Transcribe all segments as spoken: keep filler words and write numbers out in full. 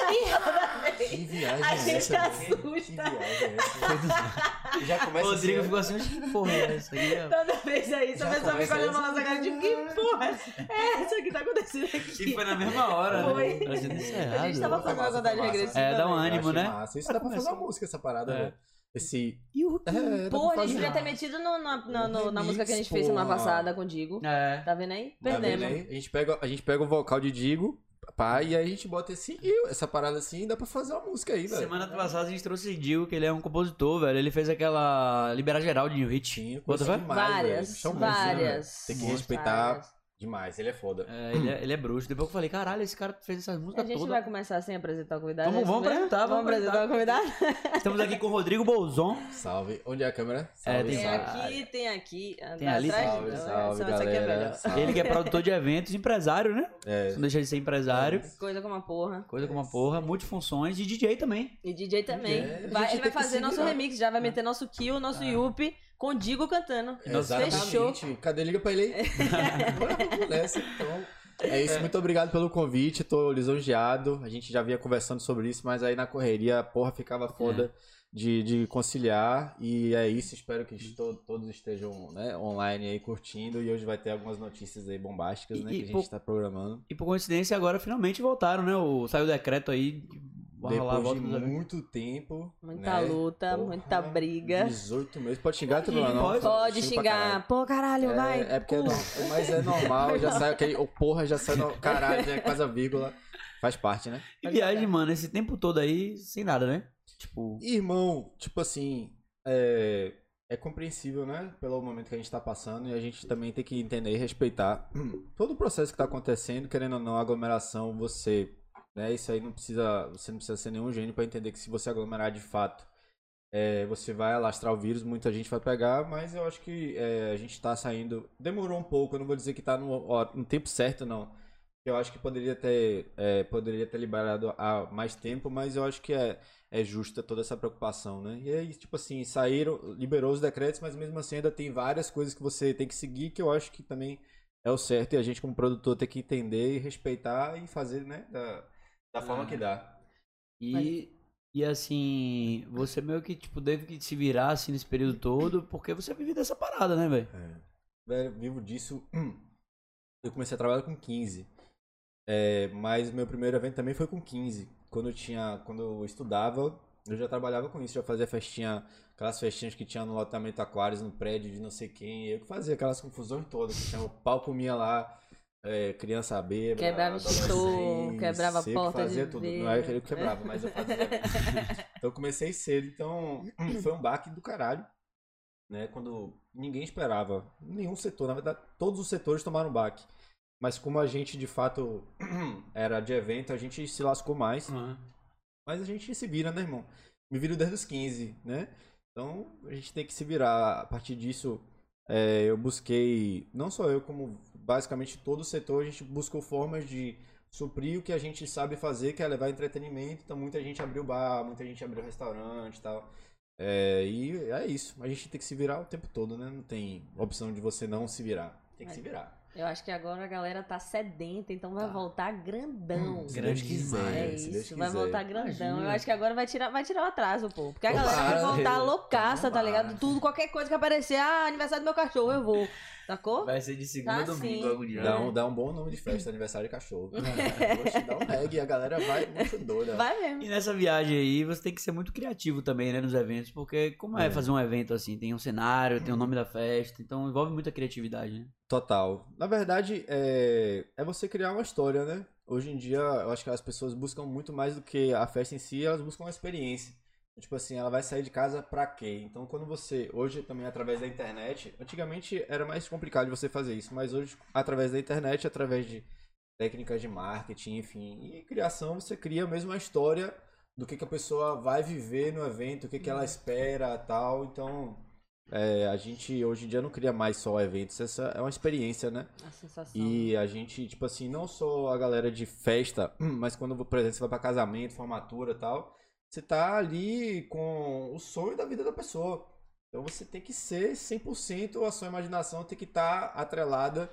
Que viagem A é gente essa? assusta. Que viagem é essa? Já começa O Rodrigo assim, ficou assim, que porra é essa aí? ó? Toda vez é isso, a Já pessoa começa fica olhando pra essa. nossa cara de que porra é essa que tá acontecendo aqui? E foi na mesma hora, Foi. né? Fazendo isso A gente errado. tava fazendo uma contagem regressiva. É, dá um também. ânimo, Eu achei né? massa. Isso dá pra fazer uma música, essa parada, É. né? Esse... Yupi. É, dá Pô, pra a gente fazer. podia ter metido no- na, na- no- na remix, música que a gente pô. fez semana passada com o Digo. É. Tá vendo aí? Tá vendo Perdemos. aí? A gente pega, a gente pega o vocal de Digo, pá, e aí a gente bota esse eu, essa parada assim, e dá pra fazer uma música aí, velho. Semana passada a gente trouxe o Dio, que ele é um compositor, velho. Ele fez aquela Libera Geral de New Hit. Tinha Bota coisa fé? demais, velho. Várias, Bicho é um monstro, né, velho? várias. Tem que Várias. respeitar demais, ele é foda. É, ele, é, ele é bruxo. Depois que eu falei, caralho, esse cara fez essas A músicas gente todas. vai começar sem apresentar o convidado. Vamos- é isso vamos mesmo? apresentar, vamos Vamos apresentar o convidado? Estamos aqui com o Rodrigo Bolzon. Salve. Onde é a câmera? É, Salve, tem Tem salve. aqui, tem aqui. Tem ali? atrás, Salve, não, salve, essa, essa aqui é galera. melhor. Salve. Ele que é produtor de eventos, empresário, né? É. Não deixa de ser empresário. Coisa como uma porra. Coisa como uma porra, multifunções e D J também. E D J também. D J, a gente Vai, ele tem vai que fazer se nosso virar. remix, já vai meter nosso kill, nosso yuppie, com Digo cantando. Exatamente. Fechou. Cadê? Liga pra ele aí. Bora, vamos nessa. Então, é isso. Muito obrigado pelo convite. Tô lisonjeado. A gente já vinha conversando sobre isso, mas aí na correria, a porra ficava foda de, de conciliar. E é isso. Espero que to- todos estejam, né, online aí curtindo. E hoje vai ter algumas notícias aí bombásticas, né, E- que a e gente por- tá programando. E por coincidência agora finalmente voltaram, né? O, saiu o decreto aí. Vai rolar a Depois volta de dos eventos. muito tempo. Muita né? luta, Porra, muita briga. dezoito meses. Pode xingar tudo lá, não? Pode. Pode Xinga pra caralho. xingar. Pô, caralho, vai. É, é porque é cu. no- mas é normal, já sai aquele. O porra já sai no caralho, né? Quase a vírgula. Faz parte, né? E viagem, mano, esse tempo todo aí, sem nada, né? Tipo, Irmão, tipo assim, é, é compreensível, né? Pelo momento que a gente tá passando e a gente também tem que entender e respeitar todo o processo que tá acontecendo, querendo ou não, a aglomeração, você, né? Isso aí não precisa, você não precisa ser nenhum gênio pra entender que se você aglomerar de fato, é, você vai alastrar o vírus, muita gente vai pegar, mas eu acho que é, a gente tá saindo, demorou um pouco, eu não vou dizer que tá no, ó, no tempo certo, não. Eu acho que poderia ter, é, poderia ter liberado há mais tempo, mas eu acho que é, é justa toda essa preocupação, né? E aí, tipo assim, saíram, liberou os decretos, mas mesmo assim ainda tem várias coisas que você tem que seguir, que eu acho que também é o certo, e a gente como produtor tem que entender e respeitar e fazer, né, da, da forma Ah. que dá. e, e assim, você meio que, tipo, teve que se virar assim nesse período todo, porque você vive dessa parada, né, velho? Velho, vivo disso. Eu comecei a trabalhar com quinze. É, mas meu primeiro evento também foi com quinze. Quando eu tinha, quando eu estudava, eu já trabalhava com isso, já fazia festinha, aquelas festinhas que tinha no lotamento Aquários, no prédio de não sei quem, eu que fazia aquelas confusões todas, que tinha o pau comia lá, é, criança bêbada, Quebrava extintor, adolescente, quebrava sei, porta fazia de tudo. vidro. Não era aquele que quebrava, mas eu fazia. Então eu comecei cedo, então foi um baque do caralho, né? Quando ninguém esperava, nenhum setor, na verdade, todos os setores tomaram baque. Mas como a gente de fato era de evento, a gente se lascou mais. Uhum. Mas a gente se vira, né, irmão? Me viro desde os quinze, né? Então a gente tem que se virar. A partir disso, é, eu busquei, não só eu, como basicamente todo o setor, a gente buscou formas de suprir o que a gente sabe fazer, que é levar entretenimento. Então muita gente abriu bar, muita gente abriu restaurante e tal. É, e é isso. A gente tem que se virar o tempo todo, né? Não tem opção de você não se virar. Tem que É. se virar. Eu acho que agora a galera tá sedenta, então vai Tá. voltar grandão. Se Grande Deus quiser, demais. É se Deus isso, vai quiser. voltar grandão. Imagina. Eu acho que agora vai tirar, vai tirar o atraso, pô. Porque a galera Tomara. vai voltar loucaça, tá ligado? Tomara. Tudo, qualquer coisa que aparecer, ah, aniversário do meu cachorro, eu vou. Sacou? Vai ser de segunda Tá a domingo, sim. agoniado. Dá um, dá um bom nome de festa, aniversário de cachorro. Poxa, dá um reggae, a galera vai muito doida. Vai mesmo. E nessa viagem aí, você tem que ser muito criativo também, né, nos eventos, porque como é, É. fazer um evento assim? Tem um cenário, tem o nome da festa, então envolve muita criatividade, né? Total. Na verdade, é, é você criar uma história, né? Hoje em dia, eu acho que as pessoas buscam muito mais do que a festa em si, elas buscam uma experiência. Tipo assim, ela vai sair de casa pra quê? Então, quando você, hoje também através da internet, antigamente era mais complicado de você fazer isso, mas hoje, através da internet, através de técnicas de marketing, enfim, e criação, você cria mesmo uma história do que, que a pessoa vai viver no evento, o que, que ela espera tal. Então, é, a gente hoje em dia não cria mais só eventos, essa é uma experiência, né? A sensação. E a gente, tipo assim, não só a galera de festa, mas quando, por exemplo, você vai pra casamento, formatura e tal, você tá ali com o sonho da vida da pessoa. Então você tem que ser cem por cento, a sua imaginação tem que estar atrelada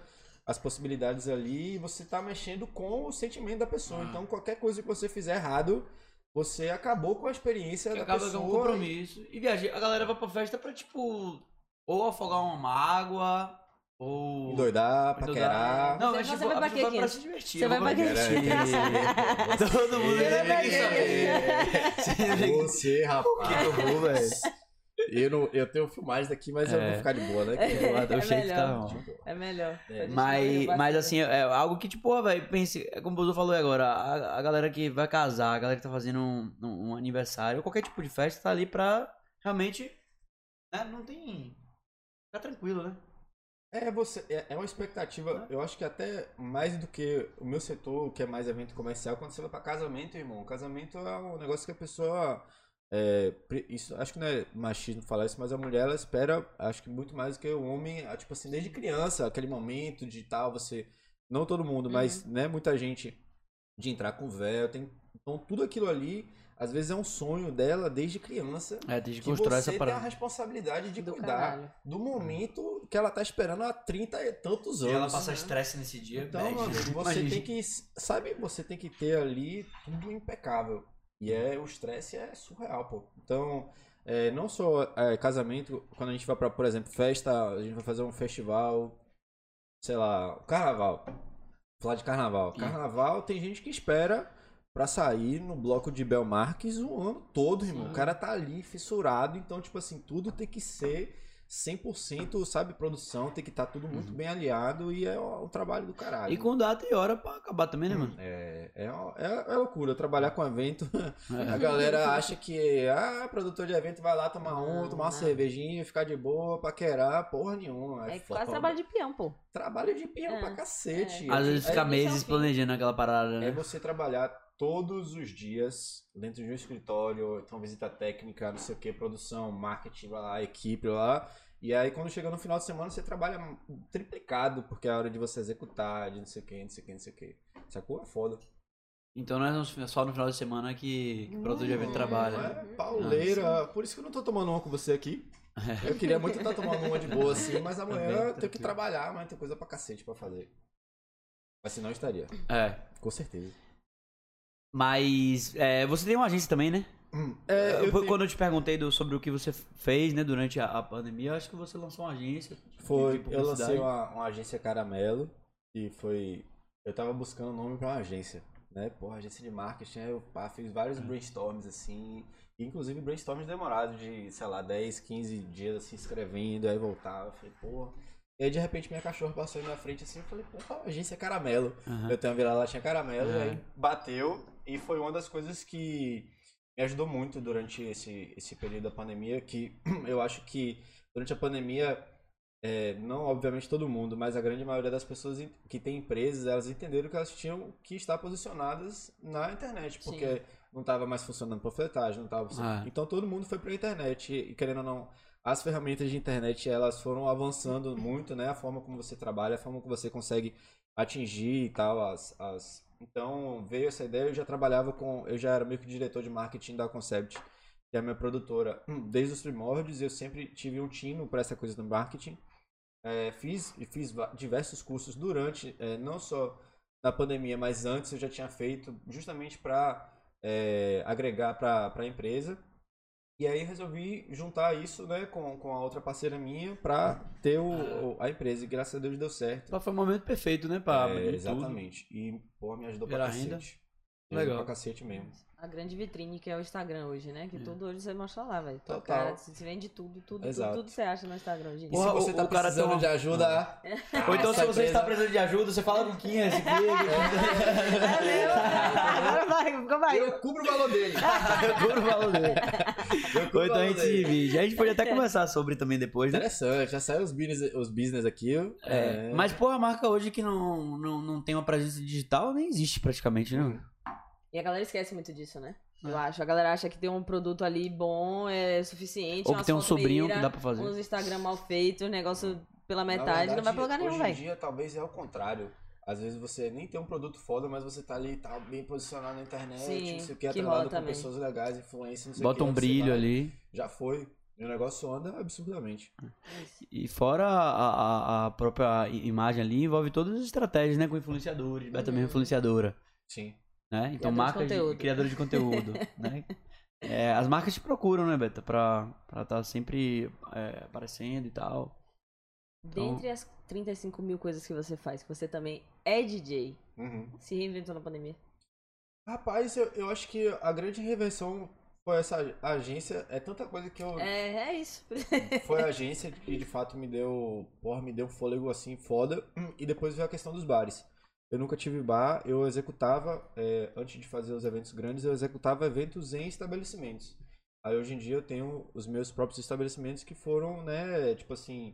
as possibilidades ali e você tá mexendo com o sentimento da pessoa. Ah. Então, qualquer coisa que você fizer errado, você acabou com a experiência Que da acaba pessoa. com um compromisso. E viajar, a galera vai pra festa pra, tipo, ou afogar uma mágoa, ou... Endoidar, endoidar. paquerar. Não, Você- mas você tipo, vai a pra pessoa vai quê, pra Quinto? se divertir. Você vai pra quê? Quero- Todo mundo Você vai pra tem que quê? saber. Você, rapaz. Que eu vou, velho. Eu, não, eu tenho filmagem daqui, mas eu É. vou ficar de boa, né? O É shape tá melhor. bom. É melhor. É, A gente Mas, não mas vacila. assim, é algo que, tipo, ó, velho, pense, é como o Bozo falou aí agora, a, a galera que vai casar, a galera que tá fazendo um, um, um aniversário, ou qualquer tipo de festa, tá ali pra realmente, né, não tem... Ficar tranquilo, né? É, você, é, é uma expectativa, eu acho que até mais do que o meu setor, que é mais evento comercial, quando você vai pra casamento, irmão. Casamento é um negócio que a pessoa. É, pre- isso, acho que não é machismo falar isso, mas a mulher ela espera, acho que muito mais do que o homem, ah, tipo assim, desde criança, aquele momento de tal, você. Não todo mundo, mas né, muita gente de entrar com véu, tem, então tudo aquilo ali, às vezes é um sonho dela desde criança. É, tem que Que constrói você essa tem a parada. responsabilidade de Do cuidar caralho. do momento que ela tá esperando há trinta e tantos E anos. ela passa né? estresse nesse dia. Então, bad, meu amigo, né? você Imagina. tem que, sabe, você tem que ter ali tudo impecável. E é, o estresse é surreal, pô. Então, é, não só é, casamento, quando a gente vai pra, por exemplo, festa, a gente vai fazer um festival, sei lá, carnaval. Falar de carnaval. Sim. Carnaval tem gente que espera pra sair no bloco de Belmarques o ano todo, irmão. Sim. O cara tá ali fissurado, então, tipo assim, tudo tem que ser cem por cento, sabe, produção, tem que estar tudo muito bem aliado e é o, o trabalho do caralho. E com data e hora pra acabar também, né, mano? É, é, é, é loucura, trabalhar com evento. É. A galera acha que, ah, produtor de evento vai lá tomar um, Não, tomar uma não. cervejinha, ficar de boa, paquerar, porra nenhuma. É foda. quase trabalho de peão, pô. Trabalho de peão É, pra cacete. Às vezes É- fica é- meses isso é o planejando aquela parada, é né? você trabalhar todos os dias dentro de um escritório, então visita técnica, não sei o que, produção, marketing, vai lá, equipe lá. E aí quando chega no final de semana você trabalha triplicado, porque é a hora de você executar, de não sei o que, não sei o que, não sei o que. Sacou? É foda. Então não é só no final de semana que que o produtor de evento Hum, trabalha. Não né? é pauleira. Por isso que eu não tô tomando uma com você aqui. Eu queria muito estar tomando uma de boa assim, mas amanhã Tá bem, eu tenho que tranquilo. trabalhar, amanhã tem coisa pra cacete pra fazer. Mas senão eu estaria. É. Com certeza. Mas é, você tem uma agência também, né? É, eu Foi tenho- Quando eu te perguntei do- sobre o que você fez, né, durante a, a pandemia, eu acho que você lançou uma agência. de- Foi, de eu lancei publicidade. uma, uma agência Caramelo e foi. Eu tava buscando nome pra uma agência, né? Porra, agência de marketing, aí eu pá, fiz vários brainstorms assim, e, inclusive brainstorms demorados de, sei lá, dez, quinze dias assim, escrevendo, aí voltava, eu falei, porra. E aí de repente minha cachorra passou na minha frente assim, eu falei, porra, agência Caramelo. Aham. Eu tenho uma vira-latinha Caramelo, e É. aí bateu, e foi uma das coisas que me ajudou muito durante esse, esse período da pandemia, que eu acho que durante a pandemia, é, não obviamente todo mundo, mas a grande maioria das pessoas en- que tem empresas, elas entenderam que elas tinham que estar posicionadas na internet, porque Sim. não estava mais funcionando panfletagem, não estava Ah. Então todo mundo foi para a internet, e querendo ou não, as ferramentas de internet, elas foram avançando muito, né? A forma como você trabalha, a forma como você consegue atingir e tal, as, as... Então veio essa ideia, eu já trabalhava com, eu já era meio que diretor de marketing da Concept, que é a minha produtora, desde os primórdios, eu sempre tive um tino para essa coisa do marketing. É, fiz e fiz va- diversos cursos durante, é, não só na pandemia, mas antes eu já tinha feito justamente para agregar para a empresa. E aí resolvi juntar isso, né, com, com a outra parceira minha para ter o, o- a empresa, e graças a Deus deu certo. Só foi um momento perfeito, né, pra É, abrir tudo. exatamente. E, pô, me ajudou pra Gerar cacete. renda. Me ajudou Legal. pra cacete mesmo. A grande vitrine que é o Instagram hoje, né? Que É. tudo hoje você mostra lá, velho. Tua Total. cara, você vende tudo, tudo, Exato. tudo, tudo você acha no Instagram hoje em E dia. Porra, se você o- tá o cara precisando tem uma- de ajuda... Ou então, se essa você está empresa- precisando de ajuda, você fala com o Quinha, esse aqui. Agora vai, ficou vai. Eu cubro o valor dele. Cobra o valor dele. Eu Ou cubro o então a valor gente se dele. divide. A gente pode até conversar sobre também depois, né? Interessante, já saiu os business, os business aqui. ó. É, mas, pô, a marca hoje que não, não, não tem uma presença digital nem existe praticamente, né? E a galera esquece muito disso, né? É. Eu acho. A galera acha que ter um produto ali bom é suficiente. Ou que umas tem um fotos sobrinho meira, que dá pra fazer. Uns Instagram mal feitos, negócio pela Na metade, não vai verdade, pra lugar nenhum, Hoje em velho. dia, talvez é o contrário. Às vezes você nem tem um produto foda, mas você tá ali, tá bem posicionado na internet, Sim, não sei o que, que atrelado rola com também. pessoas legais, influência, não sei o Bota que. um onde você brilho vai. ali. Já foi. E o negócio anda absurdamente. E fora a, a, a própria imagem ali, envolve todas as estratégias, né? Com influenciadores, Beta mesmo é influenciadora. Sim. Né? Então, Criador de marcas de, conteúdo. criadores de conteúdo, né? É, as marcas te procuram, né, Beta? Pra estar tá sempre é, aparecendo e tal. Então- Dentre as trinta e cinco mil coisas que você faz, que você também é D J, Uhum. se reinventou na pandemia. Rapaz, eu, eu acho que a grande reinvenção foi essa agência. É tanta coisa que eu. É, é isso. Foi a agência que de fato me deu. Porra, me deu um fôlego assim foda. E depois veio a questão dos bares. Eu nunca tive bar, eu executava, é, antes de fazer os eventos grandes, eu executava eventos em estabelecimentos. Aí hoje em dia eu tenho os meus próprios estabelecimentos que foram, né, tipo assim,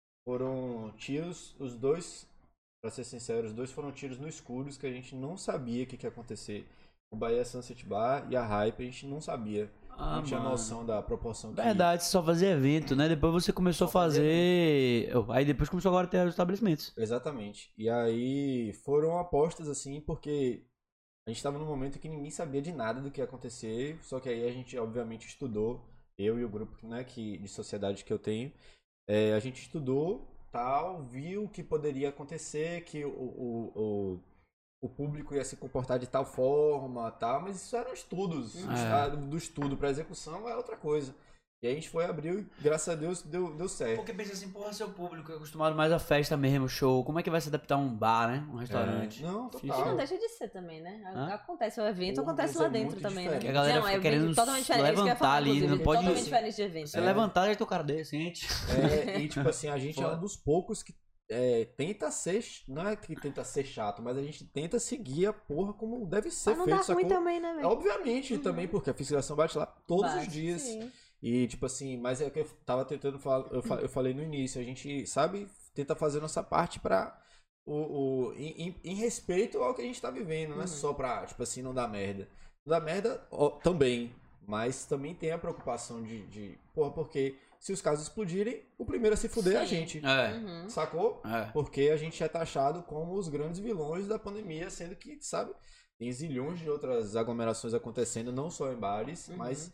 foram tiros, os dois, pra ser sincero, os dois foram tiros no escuro, que a gente não sabia o que, que ia acontecer. O Bahia Sunset Bar e a Hype, a gente não sabia. Ah, não tinha mano. noção da proporção que... Verdade, você só fazia evento, né? Depois você começou Só a fazia fazer. Aí depois começou agora a ter os estabelecimentos. Exatamente. E aí foram apostas assim, porque a gente estava num momento que ninguém sabia de nada do que ia acontecer, só que aí a gente obviamente estudou, eu e o grupo, né, que, de sociedade que eu tenho, é, a gente estudou, tal, viu o que poderia acontecer, que o, o, o, o público ia se comportar de tal forma, tal, mas isso eram estudos, É. estado do estudo para execução é outra coisa. E aí a gente foi, abriu e graças a Deus deu, deu certo. Porque pensa assim, porra, seu público é acostumado mais a festa mesmo, show. Como é que vai se adaptar a um bar, né? Um restaurante? É, não, Difícil. E não total. deixa de ser também, né? Hã? Acontece o evento, Porra, acontece mas lá é dentro muito também, diferente. né? Que a galera não, fica é querendo totalmente diferente. É isso que eu ia levantar falar, ali, inclusive, não pode- totalmente diferente de evento. Você É. levantar e tocar decente. É, e tipo assim, a gente é Foda. um dos poucos que é, tenta ser, não é que tenta ser chato, mas a gente tenta seguir a porra como deve ser Mas não feito, dá ruim sacou? também, né, velho? Obviamente, Uhum. também, porque a fiscalização bate lá todos Bate, os dias. sim. E tipo assim, mas é que eu tava tentando falar, eu, fa- eu falei no início, a gente, sabe, tenta fazer nossa parte pra. O, o, em, em- em respeito ao que a gente tá vivendo, não é Uhum. só pra, tipo assim, não dar merda. Não dar merda ó, também, mas também tem a preocupação de, de. Porra, porque se os casos explodirem, o primeiro a se fuder é a Sim. gente. É. Uhum. Sacou? É. Porque a gente é taxado como os grandes vilões da pandemia, sendo que, sabe, tem zilhões de outras aglomerações acontecendo, não só em bares, Uhum. mas.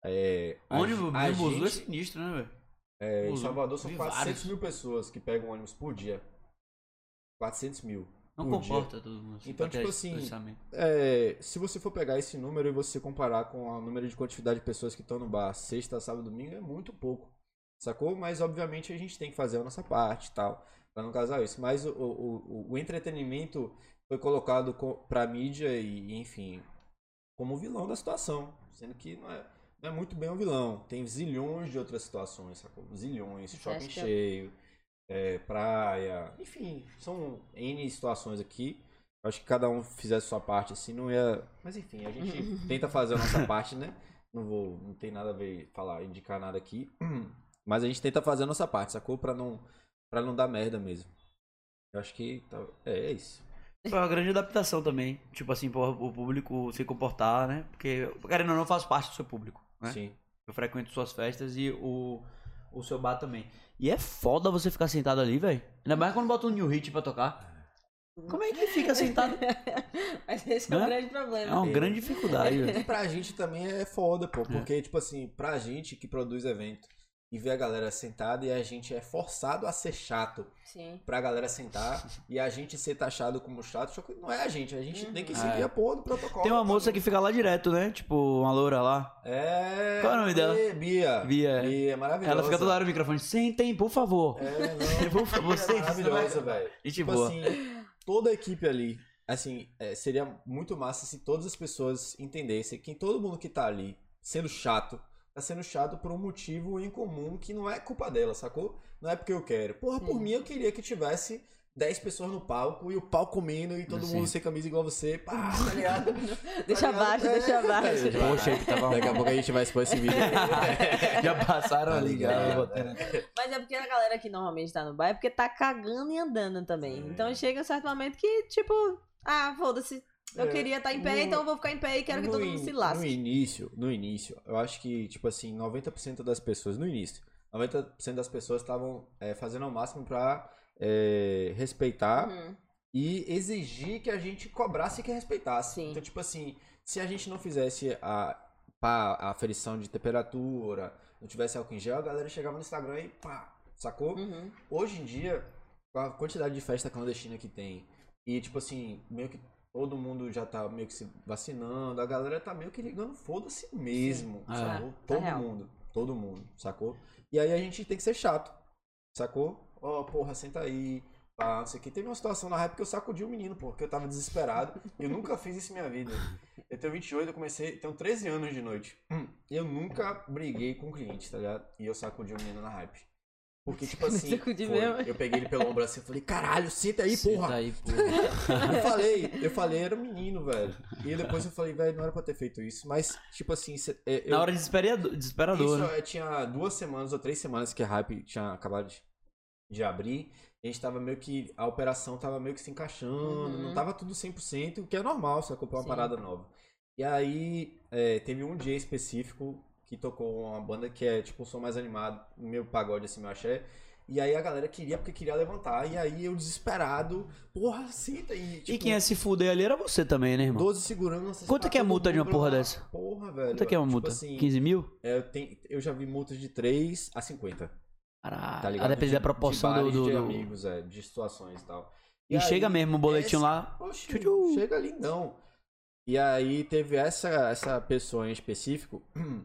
É, a, Ônibus, a o Buzu é gente, sinistro, né, velho? é, em Buzu, Salvador são vi quatrocentas vários. mil pessoas que pegam ônibus por dia. quatrocentos mil. Não por dia. comporta todo mundo. Então, pra ter tipo esse assim, processamento. É, se você for pegar esse número e você comparar com o número de quantidade de pessoas que estão no bar sexta, sábado, domingo, é muito pouco. Sacou? Mas obviamente a gente tem que fazer a nossa parte e tal, pra não casar isso. Mas o, o, o, o entretenimento foi colocado co- pra mídia e, enfim, como vilão da situação. Sendo que não é, não é muito bem um vilão. Tem zilhões de outras situações, sacou? Zilhões, Você shopping acha que é- cheio, é, praia, enfim, são N situações aqui. Eu acho que cada um fizesse sua parte assim, não ia. Mas enfim, a gente tenta fazer a nossa parte, né? Não vou, não tem nada a ver falar, indicar nada aqui. Mas a gente tenta fazer a nossa parte, sacou? Pra não, pra não dar merda mesmo. Eu acho que tá- é, é isso. Foi uma grande adaptação também. Tipo assim, porra, o público se comportar, né? Porque, querendo ou não, eu faço parte do seu público, né? Sim. Eu frequento suas festas e o, o seu bar também. E é foda você ficar sentado ali, velho. Ainda mais quando bota um new hit pra tocar. Como é que fica sentado? Mas esse é Né? o grande É problema. uma grande dificuldade, E velho. pra gente também é foda, pô. Porque, tipo assim, pra gente que produz evento e vê a galera sentada e a gente é forçado a ser chato Sim. pra galera sentar e a gente ser taxado como chato, só que não é a gente, a gente tem que É. seguir a porra do protocolo. Tem uma moça sabe? que fica lá direto, né? Tipo, uma loura lá. É. Qual é o nome dela? Bia. Bia. Bia, maravilhosa. Ela fica toda hora no microfone. Sentem, por favor. É, não. Por favor, Bia é sentem. maravilhosa, velho. Gente Tipo boa. assim, toda a equipe ali, assim, é, seria muito massa se todas as pessoas entendessem que todo mundo que tá ali sendo chato, tá sendo chato por um motivo em comum que não é culpa dela, sacou? Não é porque eu quero. Porra, por Sim. mim eu queria que tivesse dez pessoas no palco e o pau comendo e todo Sim. mundo sem camisa igual você. Pá, tá ligado? Deixa Tá ligado? abaixo, É. deixa abaixo. Deixa Poxa, aí que tava Daqui a pouco a gente vai expor esse vídeo. Já passaram ali, já. ligado, botando- Mas é porque a galera que normalmente tá no bar é porque tá cagando e andando também. É. Então chega um certo momento que, tipo, ah, foda-se. Eu É, queria estar em pé, no- então eu vou ficar em pé e quero que No todo mundo in- se No lasque. início, no início, eu acho que, tipo assim, noventa por cento das pessoas, no início, noventa por cento das pessoas estavam é, fazendo o máximo pra é, respeitar Uhum. e exigir que a gente cobrasse e que respeitasse. Sim. Então, tipo assim, se a gente não fizesse a, pá, a aferição de temperatura, não tivesse álcool em gel, a galera chegava no Instagram e pá, sacou? Uhum. Hoje em dia, com a quantidade de festa clandestina que tem, e tipo assim, meio que todo mundo já tá meio que se vacinando, a galera tá meio que ligando foda-se mesmo, Sim. sacou? É, tá Todo real. mundo, todo mundo, sacou? E aí a gente tem que ser chato, sacou? Ó, porra, senta aí, pá, não sei o que. Teve uma situação na rap que eu sacudi o menino, pô, porque eu tava desesperado. Eu nunca fiz isso na minha vida. Eu tenho vinte e oito, eu comecei, tenho treze anos de noite. Eu nunca briguei com cliente, tá ligado? E eu sacudi o menino na rap. Porque, tipo assim, Sacudi foi, mesmo? eu peguei ele pelo ombro assim e falei, caralho, senta aí, Senta porra. aí, porra. Eu falei, eu falei, era um menino, velho. E depois eu falei, velho, não era pra ter feito isso. Mas, tipo assim, cê- é, eu, Na hora desesperador, desesperador isso né? é, tinha duas semanas ou três semanas que a Hype tinha acabado de, de abrir. E a gente tava meio que, a operação tava meio que se encaixando, Uhum. não tava tudo cem por cento, o que é normal, você comprar uma Sim. parada nova. E aí, é, teve um dia específico que tocou uma banda que é tipo um som mais animado, meu pagode assim, meu axé. E aí a galera queria, porque queria levantar. E aí eu desesperado, porra, senta aí. E Tipo, quem ia se fuder ali era você também, né, irmão? doze seguranças. Quanto pra que é a todo multa de uma mundo porra lá. dessa? Porra, velho. Quanto que é uma Tipo multa? assim, quinze mil? é, eu, tenho, eu já vi multas de três a cinquenta. Caralho. Tá a ligado? depender De- da proporção de do. bares, do, de do- amigos, é, de situações e tal. E, chega aí, mesmo o boletim essa- lá. Oxi, Tchu-tchu. chega lindão. E aí teve essa, essa pessoa em específico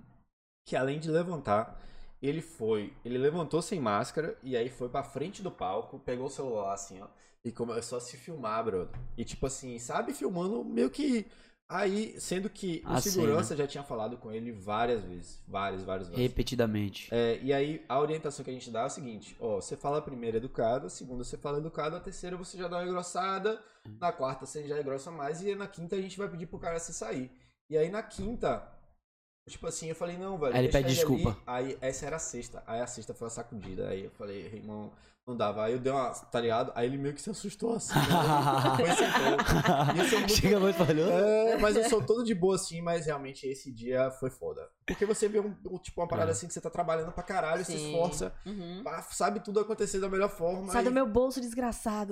que além de levantar, ele foi, ele levantou sem máscara e aí foi pra frente do palco, pegou o celular assim, ó, e começou a se filmar, brother. E tipo assim, sabe, filmando meio que aí, sendo que o A segurança já tinha falado com ele várias vezes, várias, várias vezes. Repetidamente. É, e aí a orientação que a gente dá é o seguinte, ó, você fala a primeira educado, a segunda você fala educado, a terceira você já dá uma engrossada, na quarta você já engrossa mais e na quinta a gente vai pedir pro cara se sair. E aí na quinta, tipo assim, eu falei, não, velho, Aí ele deixa pede desculpa. ali. Aí essa era a sexta, aí a sexta foi a sacudida, aí eu falei, irmão, não dava. Aí eu dei uma, tá ligado? Aí ele meio que se assustou assim, né? Foi e sentou. E eu sou muito Chega muito falhou. é, mas eu sou todo de boa assim, mas realmente esse dia foi foda. Porque você vê um, um- tipo uma parada É. assim que você tá trabalhando pra caralho, se Sim. esforça, Uhum. pá, sabe tudo acontecer da melhor forma. Sai e... do meu bolso, desgraçado.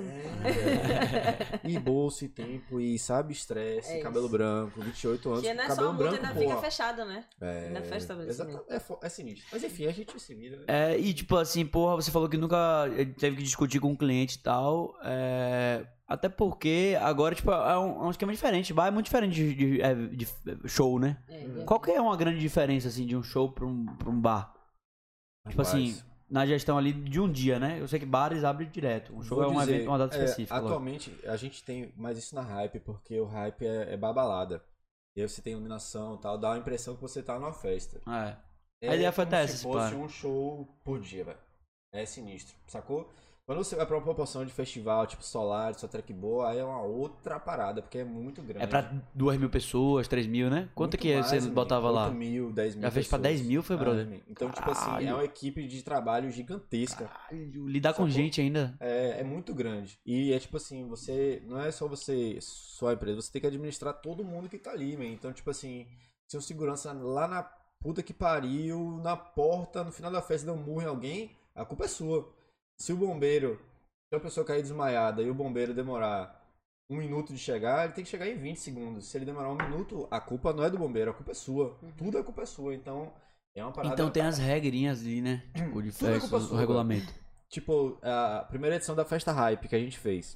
É, e bolso, e tempo, e sabe, estresse, É cabelo isso. branco, vinte e oito anos, Que não é só cabelo a multa, branco, ainda fica porra. fechado, né? É, Ainda fecha o estabelecimento. exatamente, é, fo- é sinistro. Mas enfim, a gente se vira. né? É, e tipo assim, porra, você falou que nunca teve que discutir com um cliente e tal. É, até porque agora, tipo, é um, é um esquema diferente. Bar é muito diferente de, de- é, de show, né? É, Hum. é. Qual que é uma grande diferença, assim, de um show pra um, pra um bar? Tipo assim, Rapaz, na gestão ali de um dia, né? Eu sei que bares abrem direto. Um show vou é um dizer, evento, uma data é, específica. lógico. atualmente, a gente tem mais isso na Hype, porque o Hype é, é babalada. E aí você tem iluminação e tal, dá a impressão que você tá numa festa. É. É A ideia foi como até se essa, fosse pá. um show por dia, velho. É sinistro, sacou? Quando você vai pra uma proporção de festival, tipo Solar, só track boa, aí é uma outra parada, porque é muito grande. É pra duas mil pessoas, três mil, né? Quanto Muito que mais, você amigo. botava lá? oito mil, dez mil Já fez pra pessoas. dez mil, foi, brother? Ah, amigo. Então, tipo assim, Caralho. é uma equipe de trabalho gigantesca. Caralho, lidar com Sacou? gente ainda. É, é muito grande. E é tipo assim, você. Não é só você, só a empresa, você tem que administrar todo mundo que tá ali, man. Então, tipo assim, se um segurança lá na puta que pariu, na porta, no final da festa, deu um murro em alguém, a culpa é sua. Se o bombeiro, se a pessoa cair desmaiada e o bombeiro demorar um minuto de chegar, ele tem que chegar em vinte segundos. Se ele demorar um minuto, a culpa não é do bombeiro, a culpa é sua. Tudo é culpa sua. Então, é uma parada. Então tem as regrinhas ali, né? Tipo, de Tudo é festa, culpa o sua, regulamento. Tipo, a primeira edição da Festa Hype que a gente fez.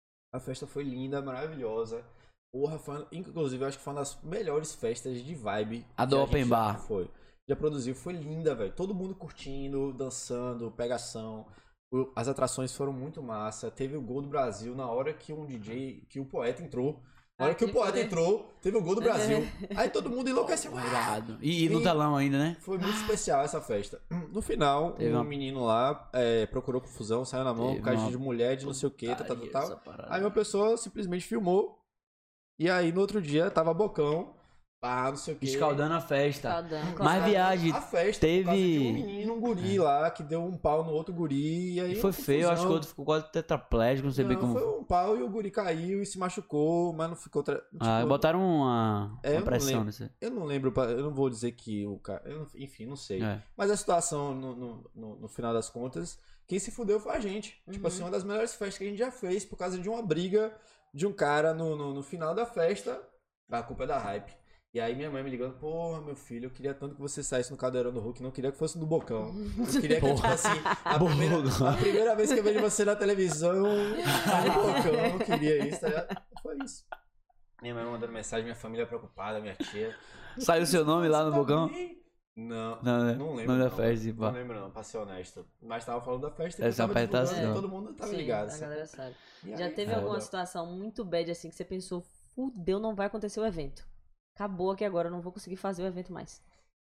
A festa foi linda, maravilhosa. Porra, foi, inclusive, eu acho que foi uma das melhores festas de vibe. A do que Open gente Bar. Foi. Já produziu, foi linda, velho. Todo mundo curtindo, dançando, pegação. O- As atrações foram muito massa. Teve o gol do Brasil na hora que um D J, que o poeta entrou. Na hora Ah, que o que poeta foi? entrou, teve o gol do Brasil. Aí todo mundo enlouqueceu. Irado. E, e no E- telão ainda, né? Foi muito especial essa festa. No final, Teve um uma- menino lá é, procurou confusão, saiu na mão Teve por causa uma de mulher, de não sei o que, tal, tal, Putaria tal. essa parada. Aí uma pessoa simplesmente filmou. E aí no outro dia tava bocão, pá, não sei o que. Escaldando a festa. Escaldando. Mas viagem, A festa teve- por causa de um menino, um guri lá, que deu um pau no outro guri. E aí E foi uma feio, acho que o confusão. outro ficou quase tetraplégico, não sei bem Não, como. foi um pau e o guri caiu e se machucou, mas não ficou... Tra... Ah, tipo, botaram uma, É, eu uma não pressão lembro. nesse. Eu não lembro, pra- eu não vou dizer que o cara... eu não- Enfim, não sei. É. Mas a situação, no, no, no- no final das contas, quem se fudeu foi a gente. Tipo Uhum. assim, uma das melhores festas que a gente já fez por causa de uma briga de um cara no, no, no final da festa. A culpa é da Hype. E aí minha mãe me ligando, porra, meu filho, eu queria tanto que você saísse no Caldeirão do Hulk, não queria que fosse no Bocão. Eu queria que, tipo assim, a primeira, a primeira vez que eu vejo você na televisão, no Bocão, eu não queria isso, tá ligado? Foi isso. Minha mãe mandando mensagem, minha família preocupada, minha tia. Saiu seu nome lá no Tá Bocão? bem? Não, Não, né? não lembro. Nome da não. festa, pá. Não lembro não, pra ser honesto. Mas tava falando da festa e Essa eu tava divulgando, apertação. todo mundo tava Sim, ligado. a sabe? galera sabe. E Já aí, teve foda. alguma situação muito bad assim que você pensou, fudeu, não vai acontecer o evento. Acabou aqui agora, eu não vou conseguir fazer o evento mais.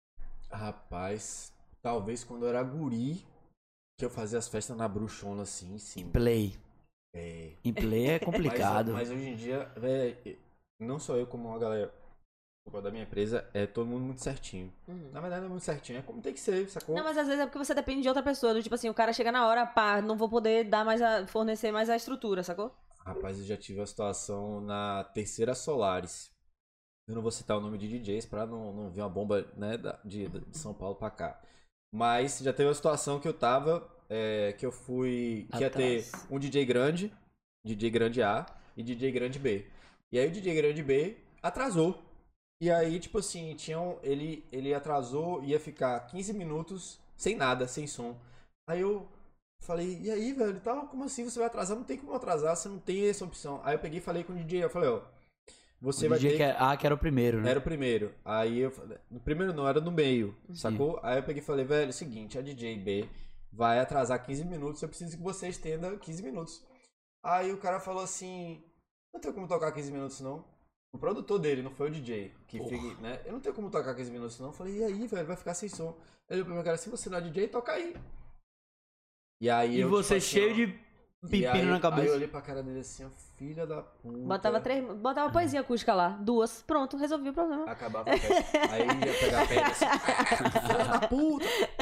Rapaz, talvez quando eu era guri, que eu fazia as festas na bruxona assim, sim. Play. É. Em play é complicado. Mas, mas hoje em dia, velho, não só eu como a galera da minha empresa, é todo mundo muito certinho. Uhum. Na verdade não é muito certinho, é como tem que ser, sacou? Não, mas às vezes é porque você depende de outra pessoa. Do tipo assim, o cara chega na hora, pá, não vou poder dar mais a, fornecer mais a estrutura, sacou? Rapaz, eu já tive uma situação na Terceira Solaris. Eu não vou citar o nome de D Js pra não, não vir uma bomba, né, da- de, de São Paulo pra cá. Mas já teve uma situação que eu tava, é, que eu fui, que ia ter Atrás. um D J grande, D J grande A e D J grande B. E aí o D J grande B atrasou. E aí, tipo assim, tinha um, ele, ele atrasou, ia ficar quinze minutos sem nada, sem som. Aí eu falei, e aí, velho, e tal, como assim você vai atrasar? Não tem como atrasar, você não tem essa opção. Aí eu peguei e falei com o D J, eu falei, ó, você O vai D J ter que era, ah, que era o primeiro, né? era o primeiro. Aí eu falei. No primeiro não, era no meio, sacou? Aí eu peguei e falei, velho, é o seguinte, a D J B vai atrasar quinze minutos, eu preciso que você estenda quinze minutos. Aí o cara falou assim, não tem como tocar quinze minutos não. O produtor dele, não foi o D J. Que fica, né? Eu não tenho como tocar quinze minutos não. Eu falei, e aí, velho, vai ficar sem som. Ele falou, cara, se você não é D J, toca aí. E aí E eu, você tipo assim, cheio ó, de e pepino aí- na Aí eu cabeça. olhei pra cara dele assim, ó, filha da puta. Botava três, botava poesia acústica lá, duas, pronto, resolvi o problema. Acabava a festa. Aí ia pegar a pedra assim, filha da puta.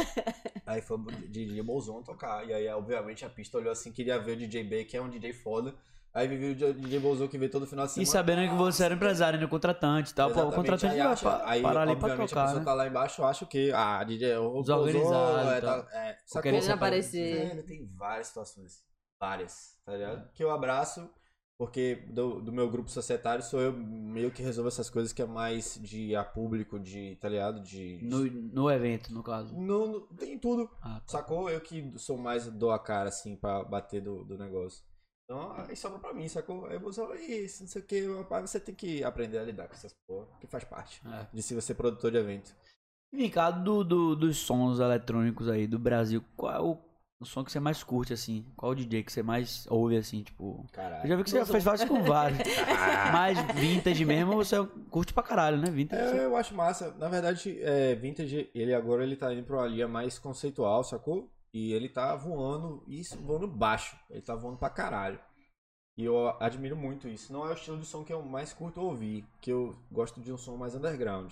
Aí foi o D J Bolzão tocar. E aí, obviamente, a pista olhou assim, queria ver o D J B, que é um D J foda. Aí viu o D J Bolzão que veio todo final de semana. E sabendo que você era empresário, né? Contratante e tal. Pô, o Exatamente, contratante aí vai acha- pa- aí, parar ali pra obviamente, a tocar, pessoa né? tá lá embaixo, acha o quê? Ah, D J, o Desorganizado Bolzão, e é, tal. tá, é, sacou? Querendo Querendo aparecer. Velho, tem várias situações. Várias, tá ligado? Que eu abraço, porque do, do meu grupo societário sou eu meio que resolvo essas coisas que é mais de a público, de, tá ligado? De. No, no evento, no caso. Não, não- tem tudo. Ah, tá. Sacou? Eu que sou mais dou a cara, assim, pra bater do, do negócio. Então, aí sobra pra mim, sacou? Aí eu vou falar isso, não sei o que. Rapaz, você tem que aprender a lidar com essas porra, que faz parte É. de se você ser produtor de evento. E vem cá, do, do, dos sons eletrônicos aí do Brasil, qual é o, o som que você mais curte, assim? Qual o D J que você mais ouve, assim, tipo... Eu Caralho. já vi que você já fez vários com vários. Mas vintage mesmo, você curte pra caralho, né? Vintage. É, você- eu acho massa. Na verdade, é, Vintage, ele agora ele tá indo pra uma linha mais conceitual, sacou? E ele tá voando, isso, voando baixo. Ele tá voando pra caralho. E eu admiro muito isso. Não é o estilo de som que eu mais curto ouvir, que eu gosto de um som mais underground.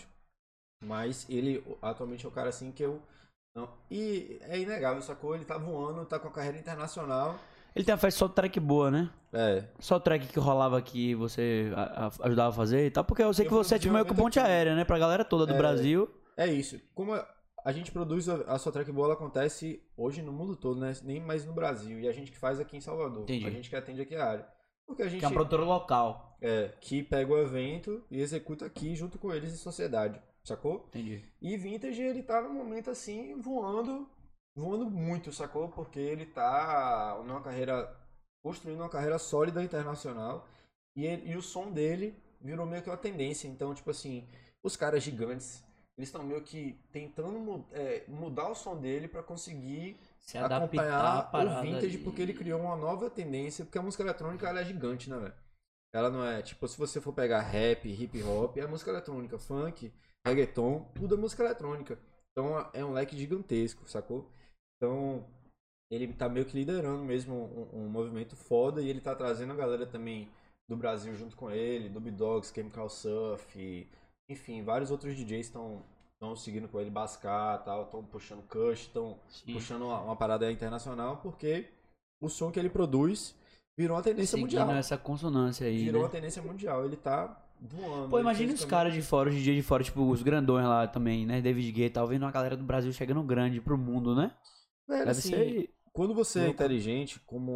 Mas ele atualmente é o cara assim que eu... Não. E é inegável, sacou? Ele tá voando, tá com a carreira internacional. Ele tem uma festa só track boa, né? É, Só track que rolava aqui, você a- a- ajudava a fazer e tal. Porque eu sei Eu que você é produzi tipo um meio que evento ponte aqui. aérea, né? Pra galera toda do É. Brasil. é isso. Como a, a gente produz a, a sua track boa, ela acontece hoje no mundo todo, né? Nem mais no Brasil. E a gente que faz aqui em Salvador. Entendi. A gente que atende aqui a área. Porque a gente Que é uma produtora local. é, que pega o evento e executa aqui junto com eles em sociedade. Sacou? Entendi. E Vintage, ele tá num momento assim, voando, voando muito, sacou? Porque ele tá numa carreira, construindo uma carreira sólida internacional. E, ele- e o som dele virou meio que uma tendência. Então, tipo assim, os caras gigantes, eles estão meio que tentando mu- é, mudar o som dele pra conseguir Se adaptar a acompanhar o parada Vintage, ali. porque ele criou uma nova tendência. Porque a música eletrônica, ela é gigante, né, velho? Ela não é, tipo, se você for pegar rap, hip hop, é música eletrônica, funk, reggaeton, tudo é música eletrônica. Então é um leque gigantesco, sacou? Então ele tá meio que liderando mesmo um, um movimento foda e ele tá trazendo a galera também do Brasil junto com ele, Dub Dogs, Chemical Surf, e, enfim, vários outros D Js estão estão seguindo com ele, Bascar, tal, estão puxando Kush, estão Sim. puxando uma, uma parada internacional porque o som que ele produz virou uma tendência Seguindo mundial. essa consonância aí, Virou né? uma tendência mundial, ele tá voando. Pô, ele imagina fez os também- caras de fora, os D J de fora, tipo, os grandões lá também, né? David Guetta, tá vendo uma galera do Brasil chegando grande pro mundo, né? Velho, Deve assim, ser... quando você é louco. inteligente, como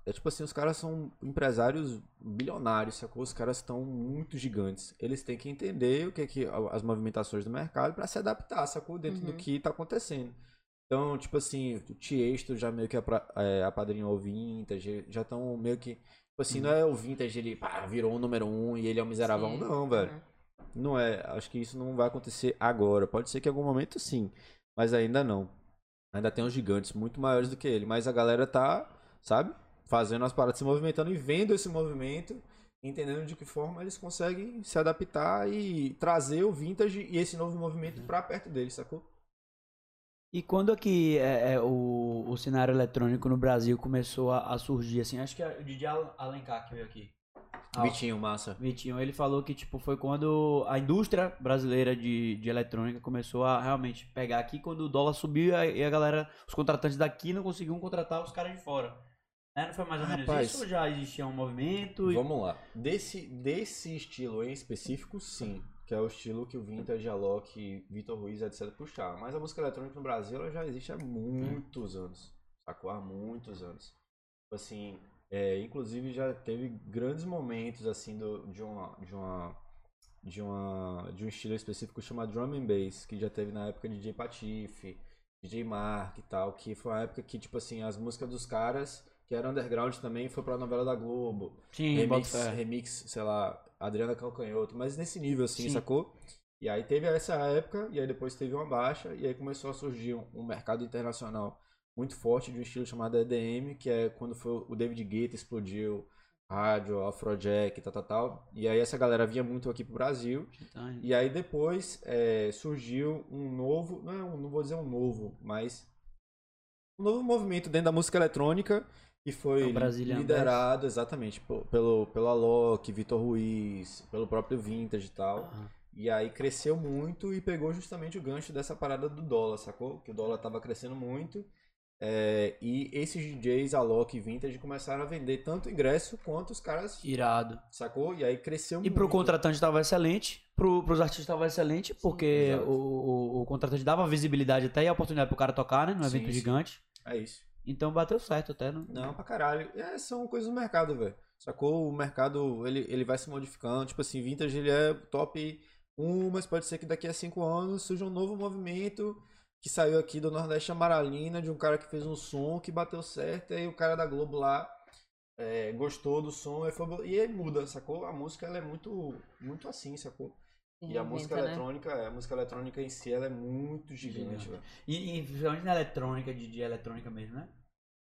É tipo assim, os caras são empresários bilionários, sacou? Os caras estão muito gigantes. Eles têm que entender o que é que as movimentações do mercado pra se adaptar, sacou? Dentro do Uhum. que tá acontecendo. Então, tipo assim, o Tiesto já meio que apra- é, apadrinhou o Vintage, já estão meio que. Tipo assim, não é o Vintage, ele pá, virou o número um e ele é o miserável. Sim. Não, velho. Uhum. Não é. Acho que isso não vai acontecer agora. Pode ser que em algum momento sim, mas ainda não. Ainda tem uns gigantes muito maiores do que ele. Mas a galera tá, sabe? Fazendo as paradas, se movimentando e vendo esse movimento, entendendo de que forma eles conseguem se adaptar e trazer o vintage e esse novo movimento pra perto deles, sacou? E quando é que é, é, o, o cenário eletrônico no Brasil começou a, a surgir, assim? Acho que é o D J Al- Alencar que veio aqui. Ah, Vitinho, massa. Vitinho, ele falou que tipo, foi quando a indústria brasileira de, de eletrônica começou a realmente pegar aqui, quando o dólar subiu e a, e a galera, os contratantes daqui não conseguiam contratar os caras de fora. Né? Não foi mais ou menos Rapaz, isso? Ou já existia um movimento? E... Vamos lá. Desse, desse estilo em específico, sim. Que é o estilo que o Vintage, Alok, Vitor Ruiz, etcétera puxaram. Mas a música eletrônica no Brasil ela já existe há muitos anos. Sacou? Há muitos anos. Tipo assim, é, inclusive já teve grandes momentos assim do, de uma. De uma de, uma, de um estilo específico chamado Drum and Bass, que já teve na época de D J Patife, D J Mark e tal, que foi uma época que, tipo assim, as músicas dos caras, que eram underground também, foi pra novela da Globo. Sim, Remix, bota fé. remix, sei lá, Adriana Calcanhoto, mas nesse nível assim, Sim. sacou? E aí teve essa época, e aí depois teve uma baixa, e aí começou a surgir um, um mercado internacional muito forte de um estilo chamado E D M, que é quando foi o David Guetta explodiu, rádio, Afrojack, tal, tal, tal. E aí essa galera vinha muito aqui pro Brasil. Então, E aí depois é, surgiu um novo, não, é um- não vou dizer um novo, mas um novo movimento dentro da música eletrônica que É foi o Brazilian liderado exatamente po- pelo, pelo Alok, Vitor Ruiz, pelo próprio Vintage e tal. Aham. E aí cresceu muito e pegou justamente o gancho dessa parada do dólar, sacou? Que o dólar tava crescendo muito. É, e esses D Js, Alok e Vintage, começaram a vender tanto ingresso quanto os caras, Irado. sacou? E aí cresceu E muito. pro contratante estava excelente, pro, pros artistas estava excelente, porque exato. o, o, o contratante dava visibilidade até e a oportunidade pro cara tocar, né? Num Sim, evento sim. gigante. É isso. Então bateu certo até, né? Não, pra caralho. É, são coisas do mercado, velho. Sacou? O mercado, ele, ele vai se modificando. Tipo assim, Vintage, ele é top um, mas pode ser que daqui a cinco anos surja um novo movimento que saiu aqui do Nordeste Amaralina, de um cara que fez um som que bateu certo, e aí o cara da Globo lá é, gostou do som e, foi, e aí muda, sacou? A música, ela é muito, muito assim, sacou? E a música Reinventa, né? eletrônica, a música eletrônica em si, ela é muito gigante, Gigante. velho. E, e principalmente na eletrônica, de, de eletrônica mesmo, né?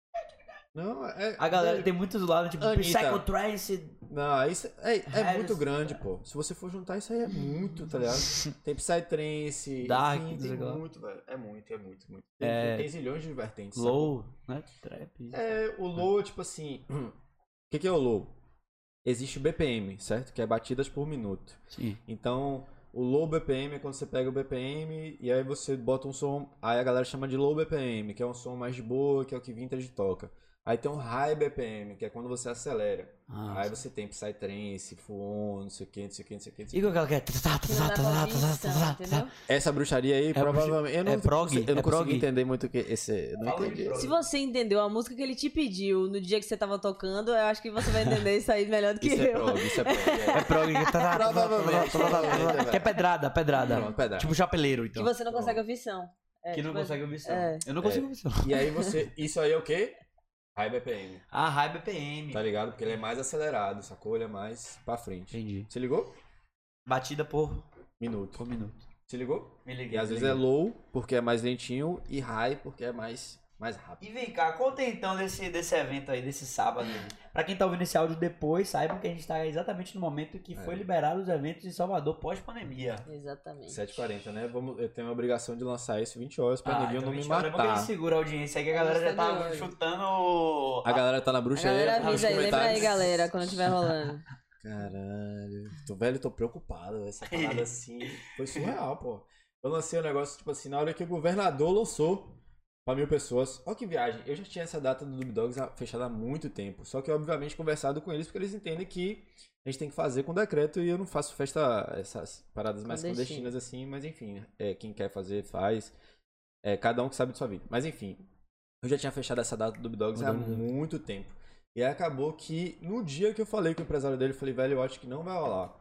Não, é... A galera velho, tem muitos lados, tipo, Anitta. Psychotrance. Não, isso é, é Harris, muito grande, é. pô. Se você for juntar, isso aí é muito, tá ligado? Tem Psytrance, Dark, enfim, não tem sei o que lá. muito, velho. É muito, é muito, muito. Tem, É, tem zilhões de vertentes, sacou? Low, né? Trap. É, o low, tipo assim... O que, que é o low? Existe o B P M, certo? Que é batidas por minuto. Sim. Então, o low B P M é quando você pega o B P M e aí você bota um som... Aí a galera chama de low B P M, que é um som mais de boa, que é o que Vintage toca. Aí tem um high B P M, que é quando você acelera. Ah, Aí você tem Psytrance, Full On, não sei o que, não sei o que, não sei o que. Não sei E o com aquela que é... Que não dá pra ouvir som, entendeu? que. Essa bruxaria aí, provavelmente... Eu não, é prog? eu não É consegui prog? entender muito o que esse... Eu não Fala de entendi. prog. Se você entendeu a música que ele te pediu no dia que você tava tocando, eu acho que você vai entender isso aí melhor do que Isso é eu. prog, isso é prog. É É. prog. Provavelmente, provavelmente, Que é pedrada, pedrada. Pronto, pedrada. Tipo chapeleiro, Que então. você não consegue ouvir som. É, Que não tipo, consegue ouvir som. é. Eu não consigo ouvir som. E aí você... Isso aí é o quê? High B P M, Ah, high B P M. tá ligado? Porque ele é mais acelerado, sacou? Ele é mais pra frente. Entendi. Se ligou? Batida por, Minuto. por minuto. Se ligou? Me liguei. E às me vezes é liguei. low, porque é mais lentinho, e high, porque é mais, mais rápido. E vem cá, conta então desse, desse evento aí, desse sábado. Pra quem tá ouvindo esse áudio depois, saibam que a gente tá exatamente no momento que foi É. liberado os eventos em Salvador pós-pandemia. Exatamente. sete e quarenta, né? Vamos, eu tenho a obrigação de lançar isso vinte horas pra ninguém então não me vinte horas, é bom que a matar. gente segura a audiência aí, que a galera já Está de tá olho. chutando... A galera tá na A bruxa aí. galera nos avisa aí, lembra aí, comentários. galera, quando estiver rolando. Caralho. Tô velho, tô preocupado. Essa parada assim foi surreal, pô. Eu lancei um negócio, tipo assim, na hora que o governador lançou pra mil pessoas. Ó que viagem. Eu já tinha essa data do Dub Dogs fechada há muito tempo. Só que, obviamente, conversado com eles, porque eles entendem que a gente tem que fazer com decreto e eu não faço festa, essas paradas mais Clandestino. clandestinas assim, mas enfim, é, quem quer fazer, faz. É, cada um que sabe de sua vida. Mas enfim, eu já tinha fechado essa data do Dub Dogs há Mudou muito. muito tempo. E aí acabou que no dia que eu falei com o empresário dele, eu falei, velho, eu acho que não vai rolar.